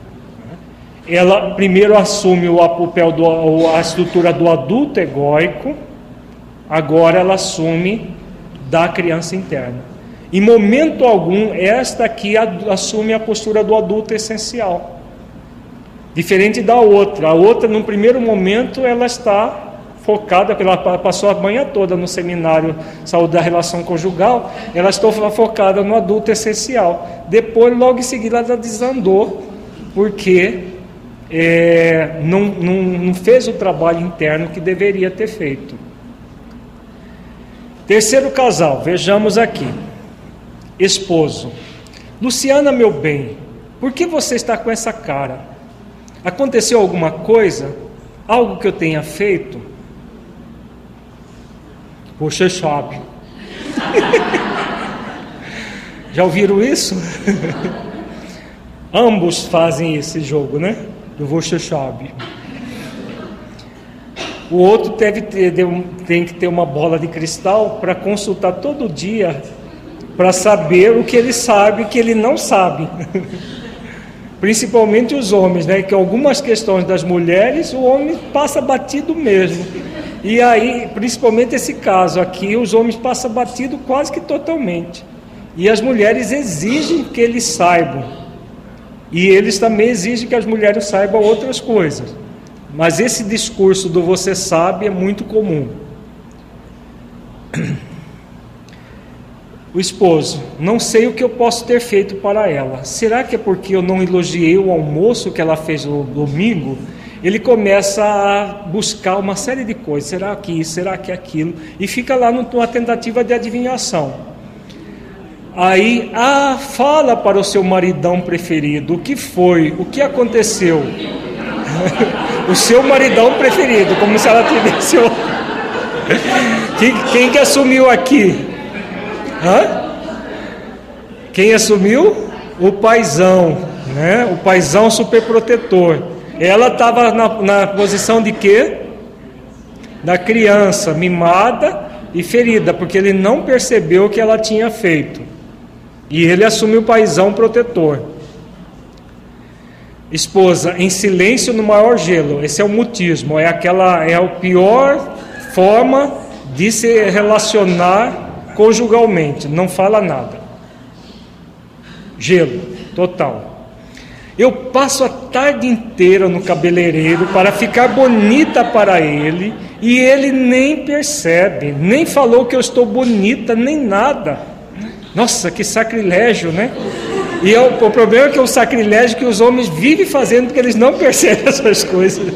Speaker 1: Ela primeiro assume o papel, do, a estrutura do adulto egóico, agora ela assume da criança interna. Em momento algum, esta aqui assume a postura do adulto essencial. Diferente da outra. A outra, no primeiro momento, ela está focada, ela passou a manhã toda no seminário Saúde da Relação Conjugal, ela está focada no adulto essencial. Depois, logo em seguida, ela desandou, porque é, não, não, não fez o trabalho interno que deveria ter feito. Terceiro casal, vejamos aqui. Esposo. Luciana, meu bem, por que você está com essa cara? Aconteceu alguma coisa? Algo que eu tenha feito? Você sabe. Já ouviram isso? Ambos fazem esse jogo, né? Do você sabe. o outro deve ter, tem que ter uma bola de cristal para consultar todo dia, para saber o que ele sabe e o que ele não sabe. Principalmente os homens, né? Que algumas questões das mulheres, o homem passa batido mesmo. E aí, principalmente esse caso aqui, os homens passam batido quase que totalmente. E as mulheres exigem que eles saibam. E eles também exigem que as mulheres saibam outras coisas. Mas esse discurso do você sabe é muito comum. O esposo: não sei o que eu posso ter feito para ela. Será que é porque eu não elogiei o almoço que ela fez no domingo? Ele começa a buscar uma série de coisas. Será que isso? Será que aquilo? E fica lá numa tentativa de adivinhação. Aí, ah, fala para o seu maridão preferido. O que foi? O que aconteceu? O seu maridão preferido, como se ela tivesse outro. Quem, quem que assumiu aqui? Hã? Quem assumiu? O paizão, né? O paizão superprotetor. Ela estava na, na posição de quê? Da criança, mimada e ferida, porque ele não percebeu o que ela tinha feito. E ele assumiu o paizão protetor. Esposa: em silêncio no maior gelo. Esse é o mutismo, é aquela, é a pior forma de se relacionar conjugalmente. Não fala nada. Gelo total. Eu passo a tarde inteira no cabeleireiro para ficar bonita para ele, e ele nem percebe, nem falou que eu estou bonita, nem nada. Nossa, que sacrilégio, né? E eu, o problema é que é o sacrilégio que os homens vivem fazendo, porque eles não percebem essas coisas.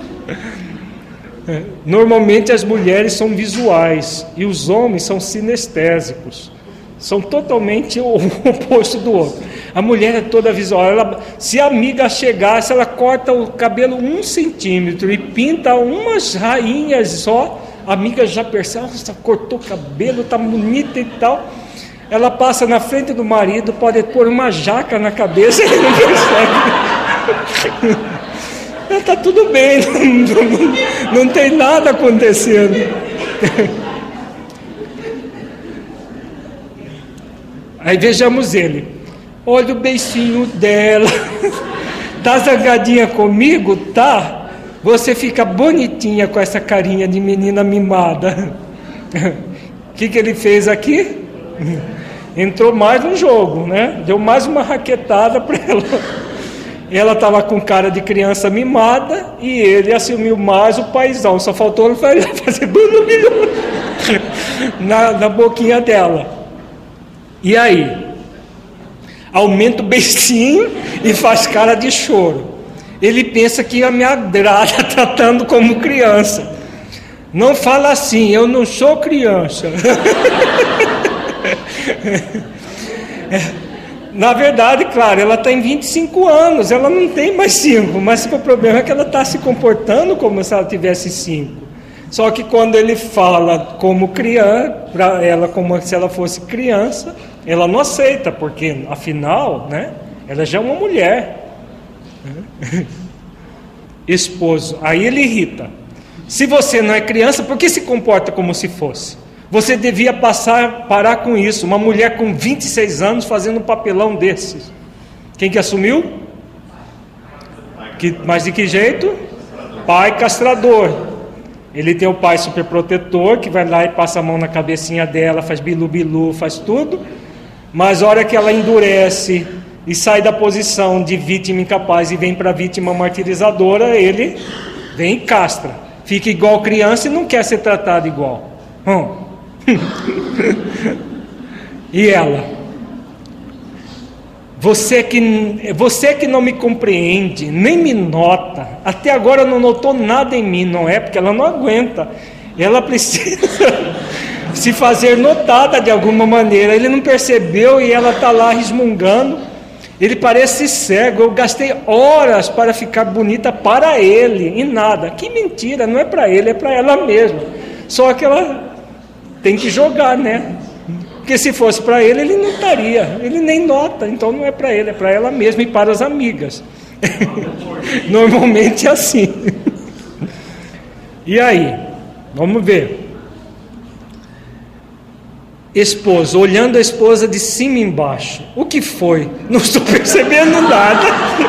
Speaker 1: Normalmente as mulheres são visuais e os homens são sinestésicos. São totalmente o oposto do outro. A mulher é toda visual. Ela, se a amiga chegar, se ela corta o cabelo um centímetro e pinta umas rainhas só, a amiga já percebe: nossa, cortou o cabelo, está bonita e tal. Ela passa na frente do marido, pode pôr uma jaca na cabeça, ele não percebe. Está tudo bem, não, não, não tem nada acontecendo. Aí vejamos ele: olha o beicinho dela. Tá zangadinha comigo? Tá? Você fica bonitinha com essa carinha de menina mimada. O que que ele fez aqui? Entrou mais no jogo, né? Deu mais uma raquetada para ela. Ela estava com cara de criança mimada e ele assumiu mais o paizão. Só faltou ele fazer na, na boquinha dela. E aí? Aumenta o beicinho e faz cara de choro. Ele pensa que me agrada tratando como criança. Não fala assim: eu não sou criança. Na verdade, claro, ela tem vinte e cinco anos, ela não tem mais cinco, mas o problema é que ela está se comportando como se ela tivesse cinco. Só que quando ele fala como criança, para ela como se ela fosse criança, ela não aceita, porque afinal, né, ela já é uma mulher. Esposo: aí ele irrita. Se você não é criança, por que se comporta como se fosse? Você devia passar, parar com isso. Uma mulher com vinte e seis anos fazendo um papelão desses. Quem que assumiu? Que, mas de que jeito? Pai castrador. Ele tem o pai superprotetor, que vai lá e passa a mão na cabecinha dela, faz bilu-bilu, faz tudo. Mas a hora que ela endurece e sai da posição de vítima incapaz e vem para a vítima martirizadora, ele vem e castra. Fica igual criança e não quer ser tratado igual. Hum. E ela: você que, você que não me compreende, nem me nota, até agora não notou nada em mim. Não é porque ela não aguenta, ela precisa se fazer notada de alguma maneira. Ele não percebeu e ela está lá resmungando. Ele parece cego. Eu gastei horas para ficar bonita para ele e nada. Que mentira, não é para ele, é para ela mesma. Só que ela tem que jogar, né? Porque se fosse para ele, ele não estaria. Ele nem nota, então não é para ele, é para ela mesma e para as amigas. Normalmente é assim. E aí? Vamos ver. Esposa, olhando a esposa de cima e embaixo. O que foi? Não estou percebendo nada.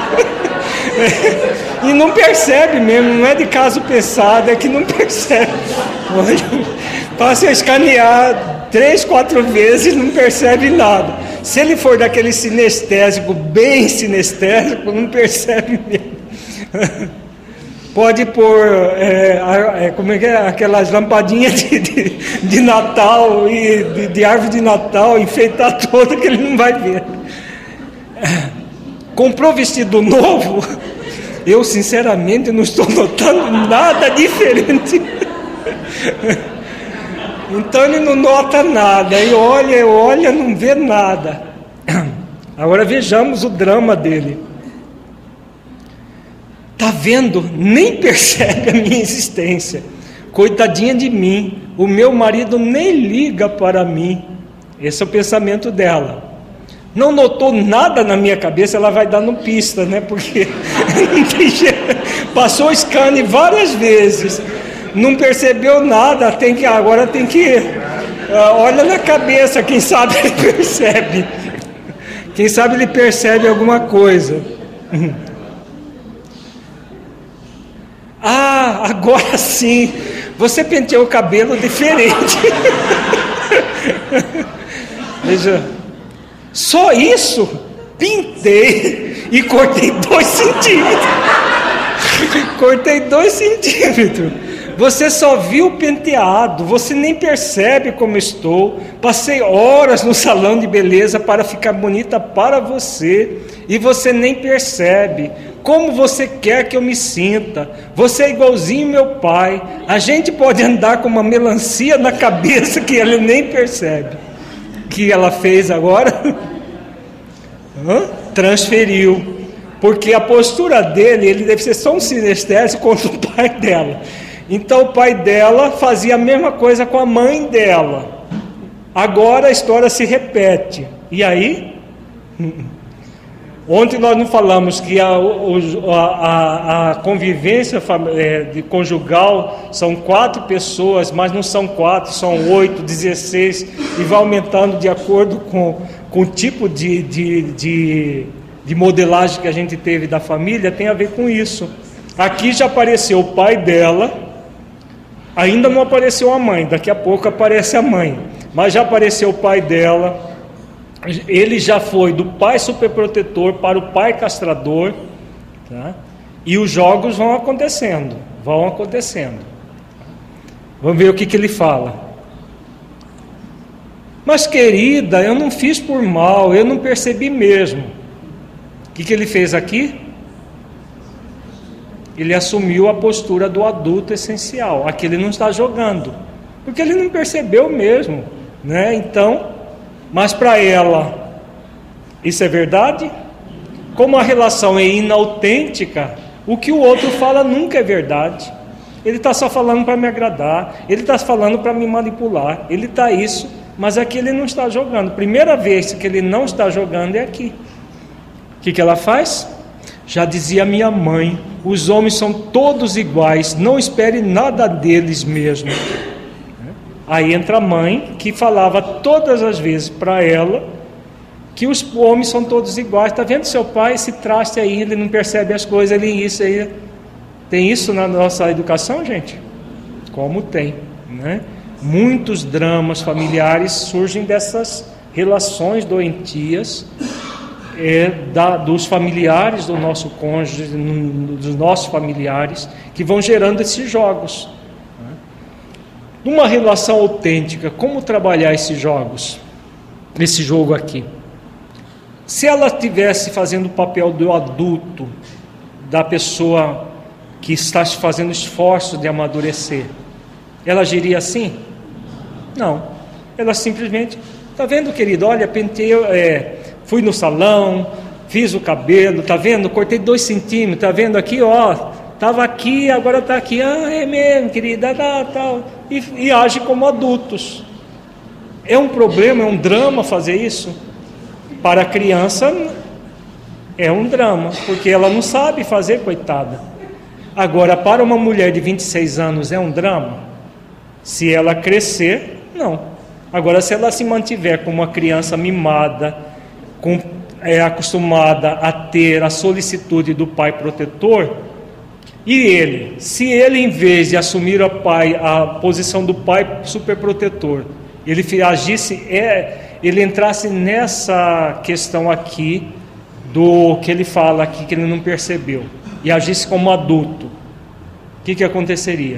Speaker 1: E não percebe mesmo, não é de caso pensado, é que não percebe. Olha, passa a escanear três, quatro vezes, não percebe nada. Se ele for daquele sinestésico, bem sinestésico, não percebe mesmo. Pode pôr, é, é, como é que é? Aquelas lampadinhas de, de, de Natal, e de, de árvore de Natal, enfeitar toda, que ele não vai ver. Comprou vestido novo? Eu, sinceramente, não estou notando nada diferente. Então ele não nota nada, e olha, olha, não vê nada. Agora vejamos o drama dele. Está vendo? Nem percebe a minha existência. Coitadinha de mim, o meu marido nem liga para mim. Esse é o pensamento dela. Não notou nada na minha cabeça, ela vai dando pista, né? Porque não tem jeito. Passou o scanner várias vezes, não percebeu nada, tem que, agora tem que... Uh, olha na cabeça, quem sabe ele percebe. Quem sabe ele percebe alguma coisa. Ah, agora sim, você penteou o cabelo diferente. Veja, só isso, pintei e cortei dois centímetros. Cortei dois centímetros. Você só viu o penteado, você nem percebe como estou. Passei horas no salão de beleza para ficar bonita para você, e você nem percebe. Como você quer que eu me sinta? Você é igualzinho meu pai. A gente pode andar com uma melancia na cabeça que ele nem percebe. O que ela fez agora? Hã? Transferiu. Porque a postura dele, ele deve ser só um sinestésico contra o pai dela. Então o pai dela fazia a mesma coisa com a mãe dela. Agora a história se repete. E aí? Ontem nós não falamos que a, a, a convivência de conjugal são quatro pessoas, mas não são quatro, são oito, dezesseis, e vai aumentando de acordo com, com o tipo de, de, de, de modelagem que a gente teve da família, tem a ver com isso. Aqui já apareceu o pai dela, ainda não apareceu a mãe, daqui a pouco aparece a mãe, mas já apareceu o pai dela. Ele já foi do pai superprotetor para o pai castrador, tá? E os jogos vão acontecendo, vão acontecendo. Vamos ver o que, que ele fala. Mas querida, eu não fiz por mal, eu não percebi mesmo. O que, que ele fez aqui? Ele assumiu a postura do adulto essencial. Aqui ele não está jogando, porque ele não percebeu mesmo, né? Então... Mas para ela, isso é verdade? Como a relação é inautêntica, o que o outro fala nunca é verdade. Ele está só falando para me agradar, ele está falando para me manipular, ele está isso, mas aqui ele não está jogando. Primeira vez que ele não está jogando é aqui. O que, que ela faz? Já dizia minha mãe, os homens são todos iguais, não espere nada deles mesmo. Aí entra a mãe, que falava todas as vezes para ela que os homens são todos iguais. Está vendo seu pai, esse traste aí, ele não percebe as coisas, ele isso aí. Tem isso na nossa educação, gente? Como tem, né? Muitos dramas familiares surgem dessas relações doentias, é, da, dos familiares do nosso cônjuge, dos nossos familiares, que vão gerando esses jogos. Numa relação autêntica, como trabalhar esses jogos? Esse jogo aqui. Se ela estivesse fazendo o papel do adulto, da pessoa que está fazendo esforço de amadurecer, ela agiria assim? Não. Ela simplesmente, tá vendo, querido? Olha, pentei, é, fui no salão, fiz o cabelo, tá vendo? Cortei dois centímetros, tá vendo aqui, ó. Estava aqui, agora está aqui, ah, é mesmo, querida, tá, tá, e, e age como adultos. É um problema, é um drama fazer isso? Para a criança é um drama, porque ela não sabe fazer, coitada. Agora, para uma mulher de vinte e seis anos é um drama? Se ela crescer, não. Agora, se ela se mantiver como uma criança mimada, com, é, acostumada a ter a solicitude do pai protetor, e ele, se ele em vez de assumir a, pai, a posição do pai superprotetor, ele agisse, é, ele entrasse nessa questão aqui, do que ele fala aqui, que ele não percebeu, e agisse como adulto, o que, que aconteceria?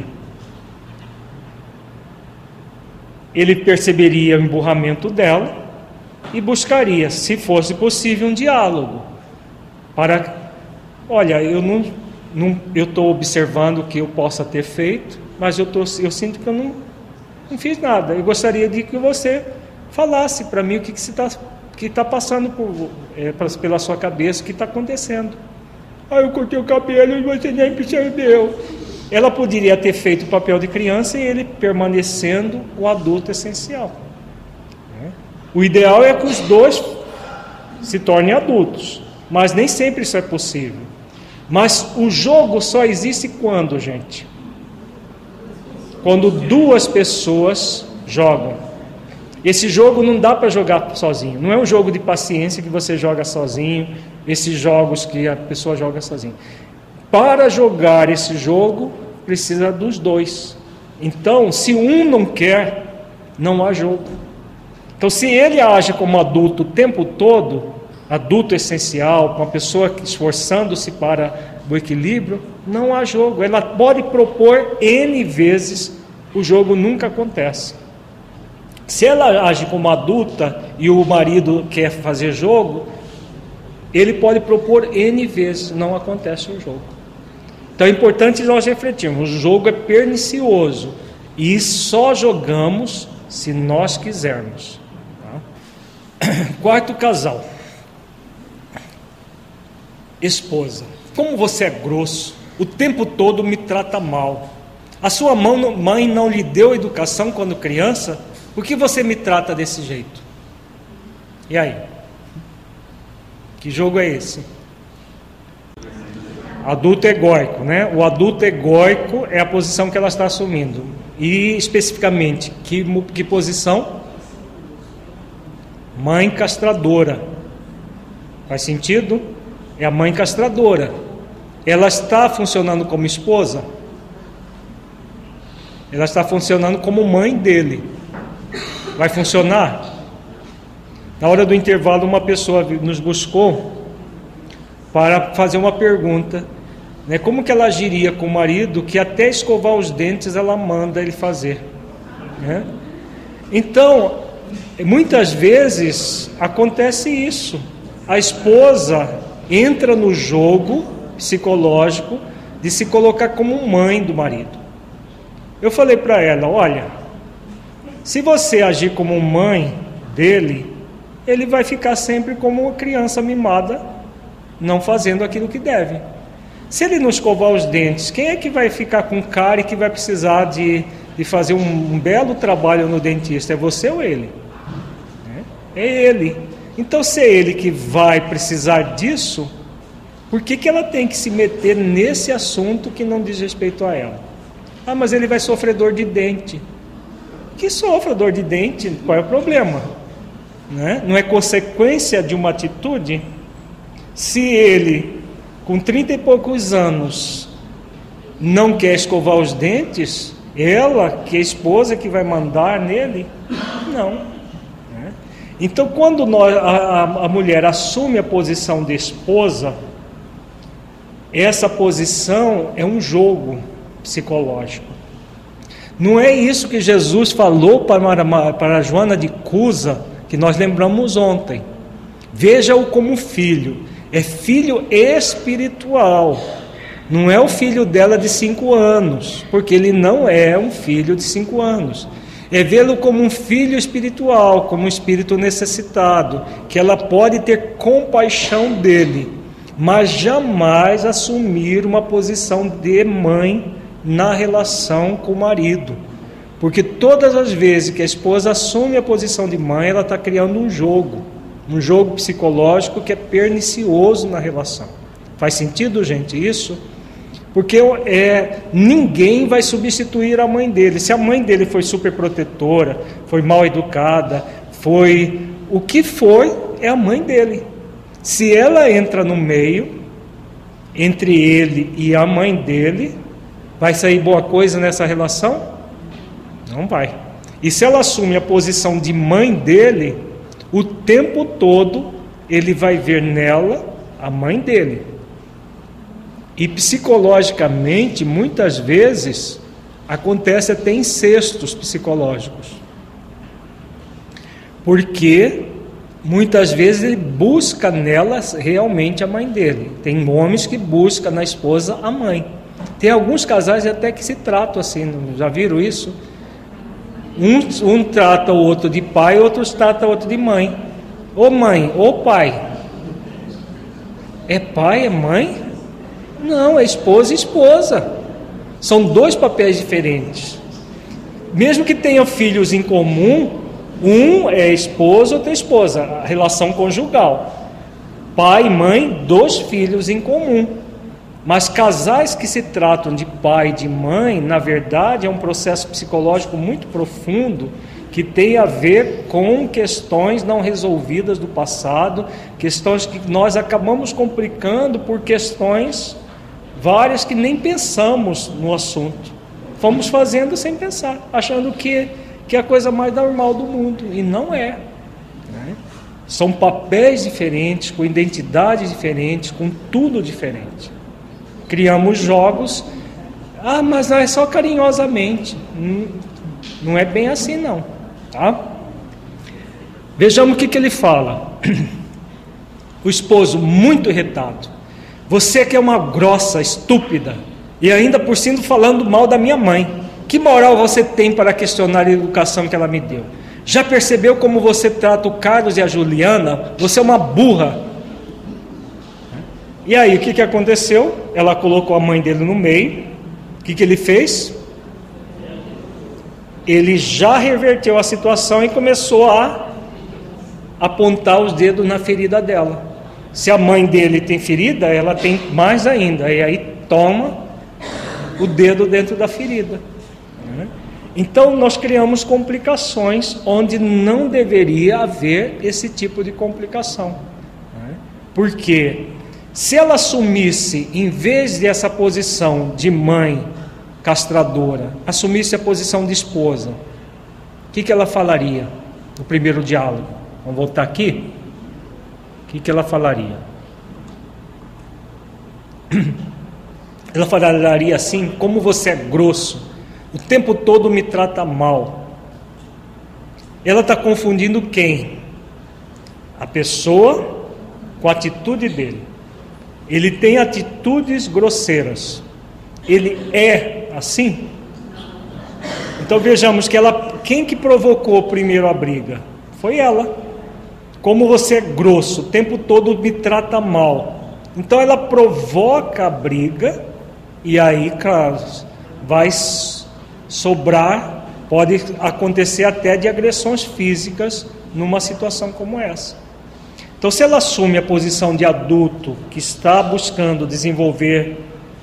Speaker 1: Ele perceberia o emburramento dela e buscaria, se fosse possível, um diálogo para, olha, eu não, não eu estou observando o que eu possa ter feito, mas eu, tô, eu sinto que eu não, não fiz nada. Eu gostaria de que você falasse para mim o que está que tá passando por, é, pela sua cabeça, o que está acontecendo. Ah, eu cortei o cabelo e você nem percebeu. Ela poderia ter feito o papel de criança e ele permanecendo o adulto essencial. O ideal é que os dois se tornem adultos, mas nem sempre isso é possível. Mas o jogo só existe quando, gente? Quando duas pessoas jogam. Esse jogo não dá para jogar sozinho. Não é um jogo de paciência que você joga sozinho, esses jogos que a pessoa joga sozinha. Para jogar esse jogo, precisa dos dois. Então, se um não quer, não há jogo. Então, se ele age como adulto o tempo todo, adulto essencial, uma pessoa esforçando-se para o equilíbrio, não há jogo. Ela pode propor N vezes, o jogo nunca acontece. Se ela age como adulta e o marido quer fazer jogo, ele pode propor N vezes, não acontece o jogo. Então é importante nós refletirmos, o jogo é pernicioso e só jogamos se nós quisermos. Tá? Quarto casal. Esposa, como você é grosso, o tempo todo me trata mal. A sua mãe não lhe deu educação quando criança? Por que você me trata desse jeito? E aí? Que jogo é esse? Adulto egóico, né? O adulto egóico é a posição que ela está assumindo. E especificamente, que, que posição? Mãe castradora. Faz sentido? É a mãe castradora. Ela está funcionando como esposa? Ela está funcionando como mãe dele. Vai funcionar? Na hora do intervalo, uma pessoa nos buscou para fazer uma pergunta, né? Como que ela agiria com o marido que até escovar os dentes ela manda ele fazer, né? Então, muitas vezes acontece isso. A esposa entra no jogo psicológico de se colocar como mãe do marido. Eu falei para ela, olha, se você agir como mãe dele, ele vai ficar sempre como uma criança mimada, não fazendo aquilo que deve. Se ele não escovar os dentes, quem é que vai ficar com cara e que vai precisar de, de fazer um, um belo trabalho no dentista? É você ou ele? É, é ele. Então, se é ele que vai precisar disso, por que, que ela tem que se meter nesse assunto que não diz respeito a ela? Ah, mas ele vai sofrer dor de dente. Que sofra dor de dente, qual é o problema? Né? Não é consequência de uma atitude? Se ele, com trinta e poucos anos, não quer escovar os dentes, ela, que é a esposa, que vai mandar nele? Não. Né? Então, quando nós, a, a mulher assume a posição de esposa, essa posição é um jogo psicológico. Não é isso que Jesus falou para, para Joana de Cusa, que nós lembramos ontem. Veja-o como filho. É filho espiritual. Não é o filho dela de cinco anos, porque ele não é um filho de cinco anos. É vê-lo como um filho espiritual, como um espírito necessitado, que ela pode ter compaixão dele, mas jamais assumir uma posição de mãe na relação com o marido, porque todas as vezes que a esposa assume a posição de mãe, ela está criando um jogo, um jogo psicológico que é pernicioso na relação. Faz sentido, gente, isso? Porque é, ninguém vai substituir a mãe dele. Se a mãe dele foi super protetora, foi mal educada, foi o que foi, é a mãe dele. Se ela entra no meio, entre ele e a mãe dele, vai sair boa coisa nessa relação? Não vai. E se ela assume a posição de mãe dele, o tempo todo ele vai ver nela a mãe dele. E psicologicamente, muitas vezes, acontece até incestos psicológicos. Porque muitas vezes ele busca nela realmente a mãe dele. Tem homens que buscam na esposa a mãe. Tem alguns casais até que se tratam assim, já viram isso? Um, um trata o outro de pai, outros trata o outro de mãe. Ou mãe, ou pai. É pai, é mãe? Não, é esposa e esposa. São dois papéis diferentes. Mesmo que tenham filhos em comum, um é esposo, outro é esposa, a relação conjugal. Pai e mãe, dois filhos em comum. Mas casais que se tratam de pai e de mãe, na verdade, é um processo psicológico muito profundo, que tem a ver com questões não resolvidas do passado, questões que nós acabamos complicando por questões várias que nem pensamos no assunto. Fomos fazendo sem pensar, achando que, que é a coisa mais normal do mundo, e não é, né? São papéis diferentes, com identidades diferentes, com tudo diferente. Criamos jogos, ah, mas não é só carinhosamente, não, não é bem assim não, tá? Vejamos o que, que ele fala. O esposo muito irritado: você que é uma grossa, estúpida, e ainda por cima falando mal da minha mãe, que moral você tem para questionar a educação que ela me deu? Já percebeu como você trata o Carlos e a Juliana? Você é uma burra. E aí, o que, que aconteceu? Ela colocou a mãe dele no meio. O que, que ele fez? Ele já reverteu a situação e começou a apontar os dedos na ferida dela. Se a mãe dele tem ferida, ela tem mais ainda. E aí toma o dedo dentro da ferida. Então nós criamos complicações onde não deveria haver esse tipo de complicação. Porque se ela assumisse, em vez dessa posição de mãe castradora, assumisse a posição de esposa, o que, que ela falaria no primeiro diálogo? Vamos voltar aqui? O que, que ela falaria? Ela falaria assim: como você é grosso, o tempo todo me trata mal. Ela está confundindo quem? A pessoa com a atitude dele. Ele tem atitudes grosseiras. Ele é assim? Então vejamos que ela, quem que provocou primeiro a briga? Foi ela. Como você é grosso, o tempo todo me trata mal. Então ela provoca a briga, e aí, claro, vai sobrar, pode acontecer até de agressões físicas numa situação como essa. Então, se ela assume a posição de adulto que está buscando desenvolver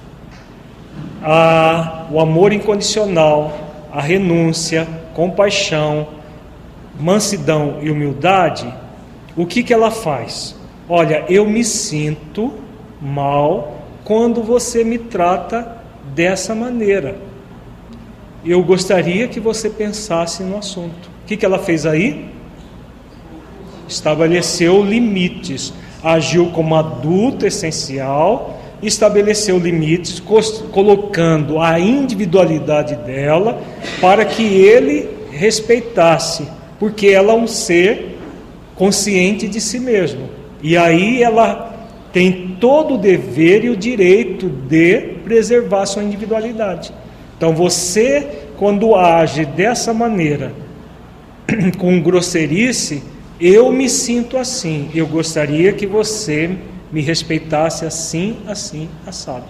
Speaker 1: a, o amor incondicional, a renúncia, compaixão, mansidão e humildade, o que, que ela faz? Olha, eu me sinto mal quando você me trata dessa maneira. Eu gostaria que você pensasse no assunto. O que, que ela fez aí? Estabeleceu limites, agiu como adulto essencial, estabeleceu limites, colocando a individualidade dela para que ele respeitasse, porque ela é um ser consciente de si mesmo. E aí ela tem todo o dever e o direito de preservar sua individualidade. Então você, quando age dessa maneira, com grosseirice, eu me sinto assim, eu gostaria que você me respeitasse assim, assim, assado.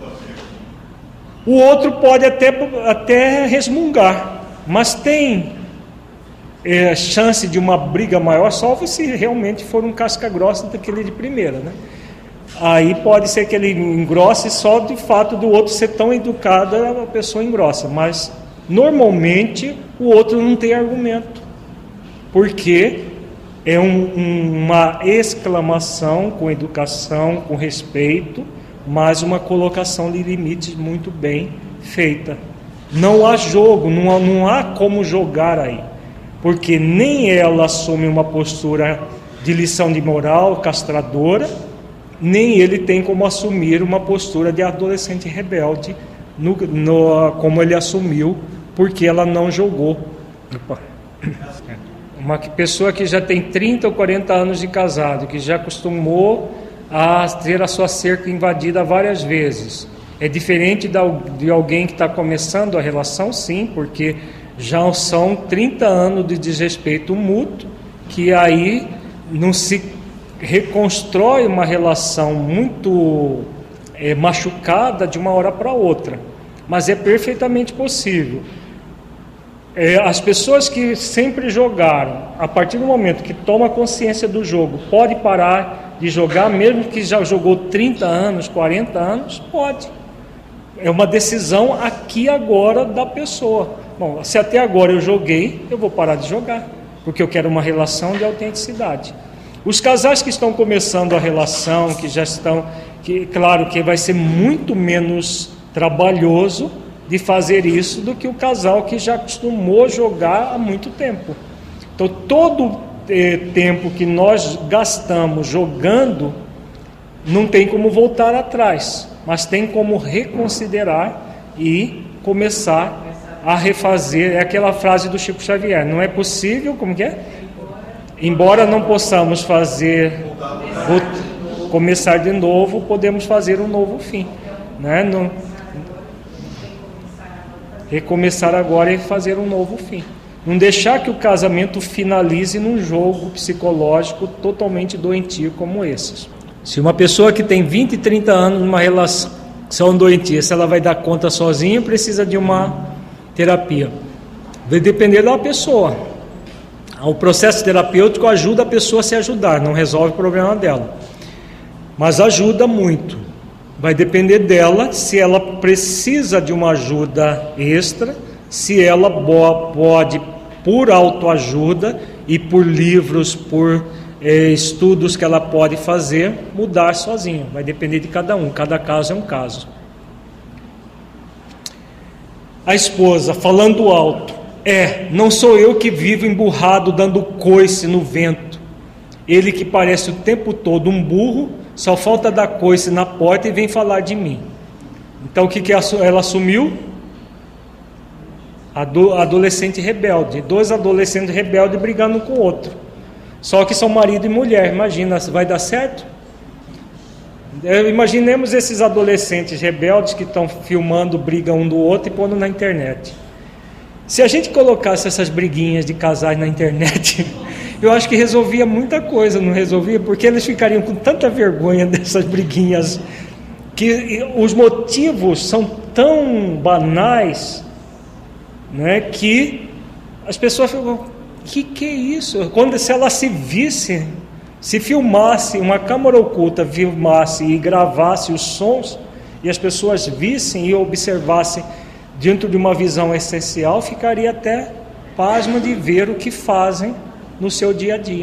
Speaker 1: O outro pode até, até resmungar, mas tem é, chance de uma briga maior só se realmente for um casca grossa daquele de primeira, né? aí pode ser que ele engrosse só de fato do outro ser tão educado, a pessoa engrossa, mas normalmente o outro não tem argumento, porque é um, um, uma exclamação com educação, com respeito, mas uma colocação de limites muito bem feita. Não há jogo, não há, não há como jogar aí, porque nem ela assume uma postura de lição de moral castradora, nem ele tem como assumir uma postura de adolescente rebelde, no, no, como ele assumiu, porque ela não jogou. Uma pessoa que já tem trinta ou quarenta anos de casado, que já acostumou a ter a sua cerca invadida várias vezes, é diferente de alguém que está começando a relação, sim, porque já são trinta anos de desrespeito mútuo, que aí não se reconstrói uma relação muito é, machucada de uma hora para outra, mas é perfeitamente possível. É, as pessoas que sempre jogaram, a partir do momento que toma consciência do jogo, pode parar de jogar, mesmo que já jogou trinta anos, quarenta anos, pode. É uma decisão aqui agora da pessoa. Bom, se até agora eu joguei, eu vou parar de jogar, porque eu quero uma relação de autenticidade. Os casais que estão começando a relação, que já estão, que claro que vai ser muito menos trabalhoso de fazer isso do que o casal que já acostumou jogar há muito tempo. Então, todo eh, tempo que nós gastamos jogando, não tem como voltar atrás, mas tem como reconsiderar e começar a refazer. É aquela frase do Chico Xavier: não é possível, como que é? Embora não possamos fazer, começar de novo, podemos fazer um novo fim, né? Não, recomeçar agora e fazer um novo fim. Não deixar que o casamento finalize num jogo psicológico totalmente doentio como esses. Se uma pessoa que tem vinte, trinta anos numa relação doentia, se ela vai dar conta sozinha, precisa de uma terapia. Vai depender da pessoa. O processo terapêutico ajuda a pessoa a se ajudar, não resolve o problema dela, mas ajuda muito. Vai depender dela se ela precisa de uma ajuda extra, se ela pode, por autoajuda e por livros, por eh, estudos que ela pode fazer, mudar sozinha. Vai depender de cada um, cada caso é um caso. A esposa, falando alto: é, não sou eu que vivo emburrado dando coice no vento. Ele que parece o tempo todo um burro, só falta dar coice na porta e vem falar de mim. Então o que, que ela assumiu? Ado, adolescente rebelde. Dois adolescentes rebeldes brigando um com o outro. Só que são marido e mulher. Imagina, vai dar certo? Imaginemos esses adolescentes rebeldes que estão filmando briga um do outro e pondo na internet. Se a gente colocasse essas briguinhas de casais na internet, eu acho que resolvia muita coisa, não resolvia? Porque eles ficariam com tanta vergonha dessas briguinhas, que os motivos são tão banais, né, que as pessoas ficam: que que é isso? Quando, se ela se visse, se filmasse, uma câmera oculta filmasse e gravasse os sons, e as pessoas vissem e observassem dentro de uma visão essencial, ficaria até pasma de ver o que fazem no seu dia a dia.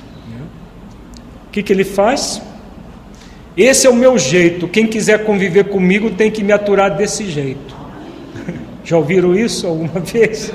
Speaker 1: O que, que ele faz? Esse é o meu jeito, quem quiser conviver comigo tem que me aturar desse jeito. Já ouviram isso alguma vez?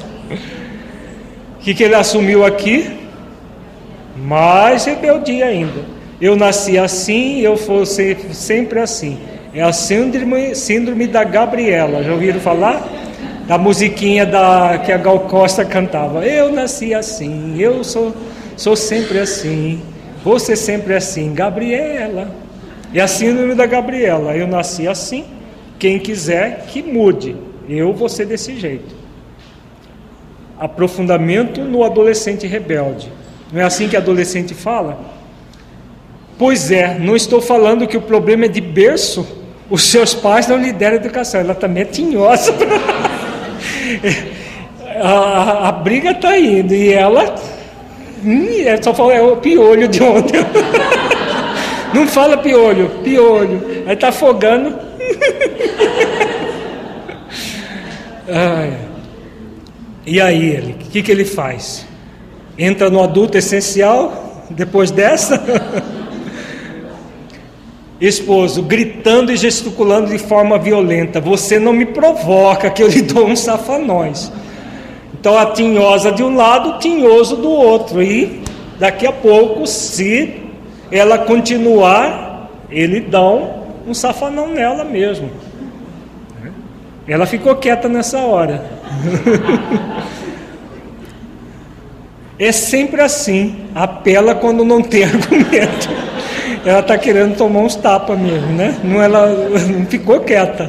Speaker 1: O que, que ele assumiu aqui? Mais rebeldia ainda. Eu nasci assim, eu vou ser sempre assim. É a síndrome, síndrome da Gabriela. Já ouviram falar? Da musiquinha da, que a Gal Costa cantava. Eu nasci assim, eu sou, sou sempre assim, vou ser sempre assim, Gabriela. É a síndrome da Gabriela. Eu nasci assim, quem quiser que mude, eu vou ser desse jeito. Aprofundamento no adolescente rebelde. Não é assim que adolescente fala? Pois é, não estou falando que o problema é de berço. Os seus pais não lhe deram educação. Ela também é tinhosa. a, a, a briga está indo. E ela hum, é só falar, é o piolho de ontem. Não fala piolho, piolho. Aí está afogando. Ai. E aí ele, o que, que ele faz? Entra no adulto essencial, depois dessa? Esposo, gritando e gesticulando de forma violenta: você não me provoca que eu lhe dou um safanões. Então a tinhosa de um lado, o tinhoso do outro. E daqui a pouco, se ela continuar, ele dá um, um safanão nela mesmo. Ela ficou quieta nessa hora. É sempre assim, apela quando não tem argumento. Ela está querendo tomar uns tapas mesmo, né? Não, ela não ficou quieta.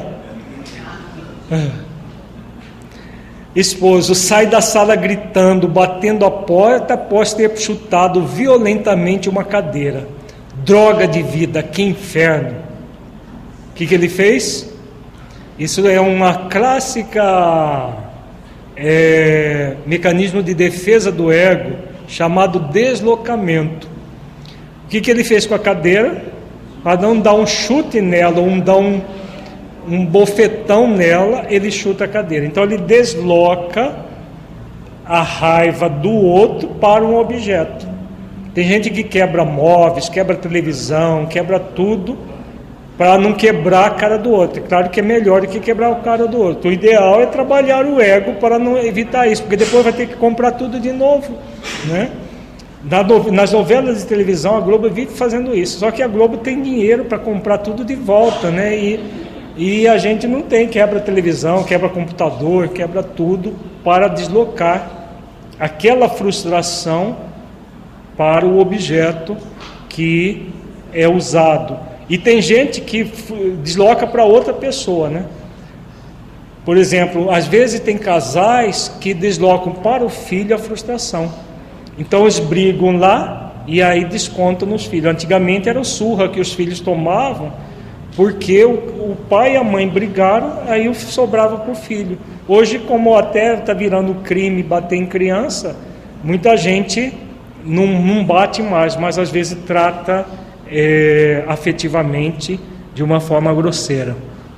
Speaker 1: Esposo, sai da sala gritando, batendo a porta após ter chutado violentamente uma cadeira. Droga de vida, que inferno. O que, que ele fez? Isso é uma clássica é, mecanismo de defesa do ego, chamado deslocamento. O que, que ele fez com a cadeira? Para não dar um chute nela, ou dar um, um bofetão nela, ele chuta a cadeira. Então ele desloca a raiva do outro para um objeto. Tem gente que quebra móveis, quebra televisão, quebra tudo, para não quebrar a cara do outro. É claro que é melhor do que quebrar a cara do outro. O ideal é trabalhar o ego para não evitar isso, porque depois vai ter que comprar tudo de novo, né? Nas novelas de televisão, a Globo vive fazendo isso. Só que a Globo tem dinheiro para comprar tudo de volta, né? E, e a gente não tem. Quebra televisão, quebra computador, quebra tudo para deslocar aquela frustração para o objeto que é usado. E tem gente que desloca para outra pessoa, né? Por exemplo, às vezes tem casais que deslocam para o filho a frustração. Então eles brigam lá e aí descontam nos filhos. Antigamente era o surra que os filhos tomavam, porque o, o pai e a mãe brigaram, aí sobrava para o filho. Hoje, como até está virando crime bater em criança, muita gente não, não bate mais, mas às vezes trata é, afetivamente de uma forma grosseira.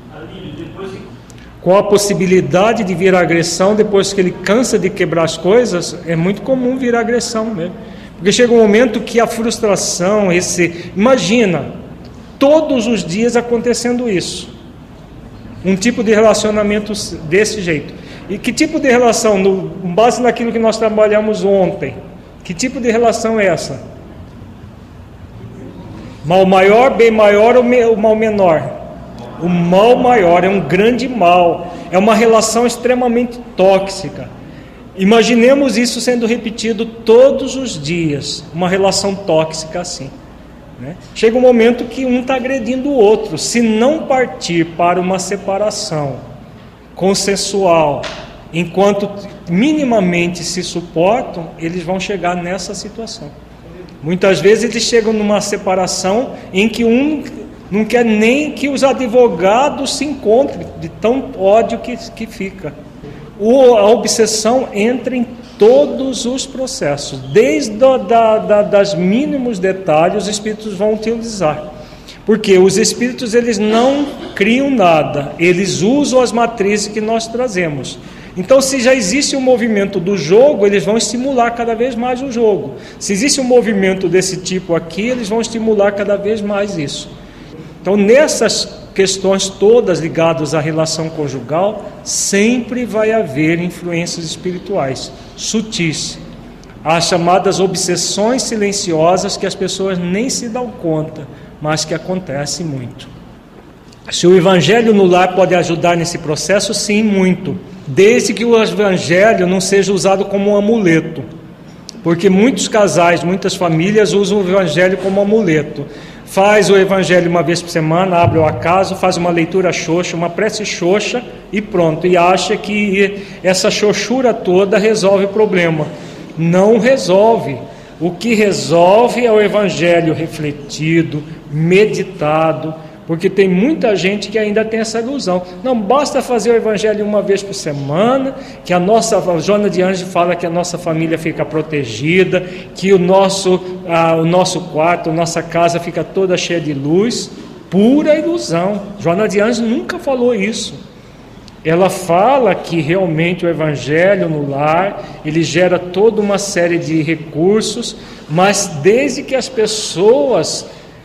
Speaker 1: Com a possibilidade de vir agressão, depois que ele cansa de quebrar as coisas, é muito comum vir agressão mesmo. Porque chega um momento que a frustração, esse... Imagina, todos os dias acontecendo isso. Um tipo de relacionamento desse jeito. E que tipo de relação, no, com base naquilo que nós trabalhamos ontem, que tipo de relação é essa? Mal maior, bem maior ou me, mal menor? O mal maior é um grande mal, é uma relação extremamente tóxica. Imaginemos isso sendo repetido todos os dias, uma relação tóxica assim, né? Chega um momento que um está agredindo o outro. Se não partir para uma separação consensual, enquanto minimamente se suportam, eles vão chegar nessa situação. Muitas vezes eles chegam numa separação em que um não quer nem que os advogados se encontrem, de tão ódio que, que fica. O, a obsessão entra em todos os processos, desde da, da, das mínimos detalhes, os espíritos vão utilizar. Porque os espíritos, eles não criam nada, eles usam as matrizes que nós trazemos. Então, se já existe um movimento do jogo, eles vão estimular cada vez mais o jogo. Se existe um movimento desse tipo aqui, eles vão estimular cada vez mais isso. Então, nessas questões todas ligadas à relação conjugal, sempre vai haver influências espirituais sutis, as chamadas obsessões silenciosas, que as pessoas nem se dão conta, mas que acontecem muito. Se o Evangelho no lar pode ajudar nesse processo, sim, muito, desde que o Evangelho não seja usado como um amuleto, porque muitos casais, muitas famílias usam o Evangelho como amuleto. Faz o Evangelho uma vez por semana, abre o acaso, faz uma leitura xoxa, uma prece xoxa e pronto, e acha que essa xoxura toda resolve o problema. Não resolve. O que resolve é o Evangelho refletido, meditado, porque tem muita gente que ainda tem essa ilusão. Não basta fazer o evangelho uma vez por semana, que a nossa, a Joana de Anjos fala que a nossa família fica protegida, que o nosso, ah, o nosso quarto, a nossa casa fica toda cheia de luz. Pura ilusão. Joana de Anjos nunca falou isso. Ela fala que realmente o evangelho no lar, ele gera toda uma série de recursos, mas desde que as pessoas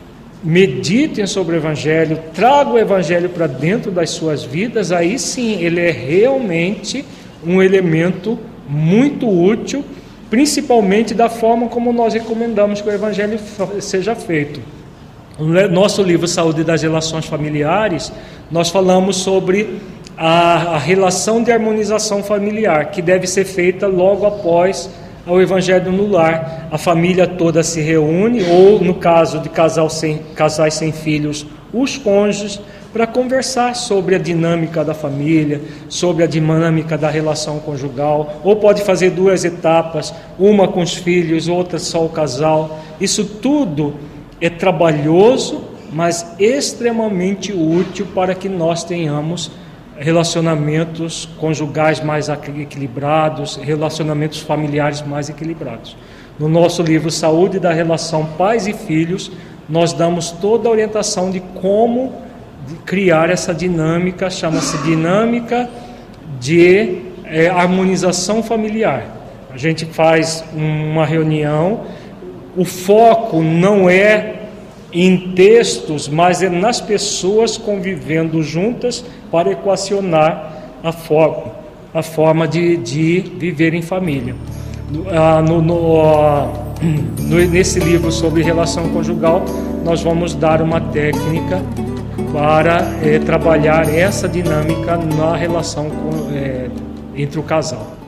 Speaker 1: meditem sobre o evangelho, tragam o evangelho para dentro das suas vidas, aí sim ele é realmente um elemento muito útil, principalmente da forma como nós recomendamos que o evangelho seja feito. No nosso livro Saúde das Relações Familiares, nós falamos sobre a, a relação de harmonização familiar, que deve ser feita logo após o evangelho no lar. A família toda se reúne, ou no caso de casal sem, casais sem filhos, os cônjuges, para conversar sobre a dinâmica da família, sobre a dinâmica da relação conjugal, ou pode fazer duas etapas, uma com os filhos, outra só o casal. Isso tudo é trabalhoso, mas extremamente útil para que nós tenhamos relacionamentos conjugais mais equilibrados, relacionamentos familiares mais equilibrados. No nosso livro Saúde da Relação Pais e Filhos, nós damos toda a orientação de como criar essa dinâmica, chama-se dinâmica de é, harmonização familiar. A gente faz uma reunião, o foco não é em textos, mas é nas pessoas convivendo juntas para equacionar a forma, a forma de, de viver em família. Ah, no, no, ah, no, nesse livro sobre relação conjugal, nós vamos dar uma técnica para é, trabalhar essa dinâmica na relação com, é, entre o casal.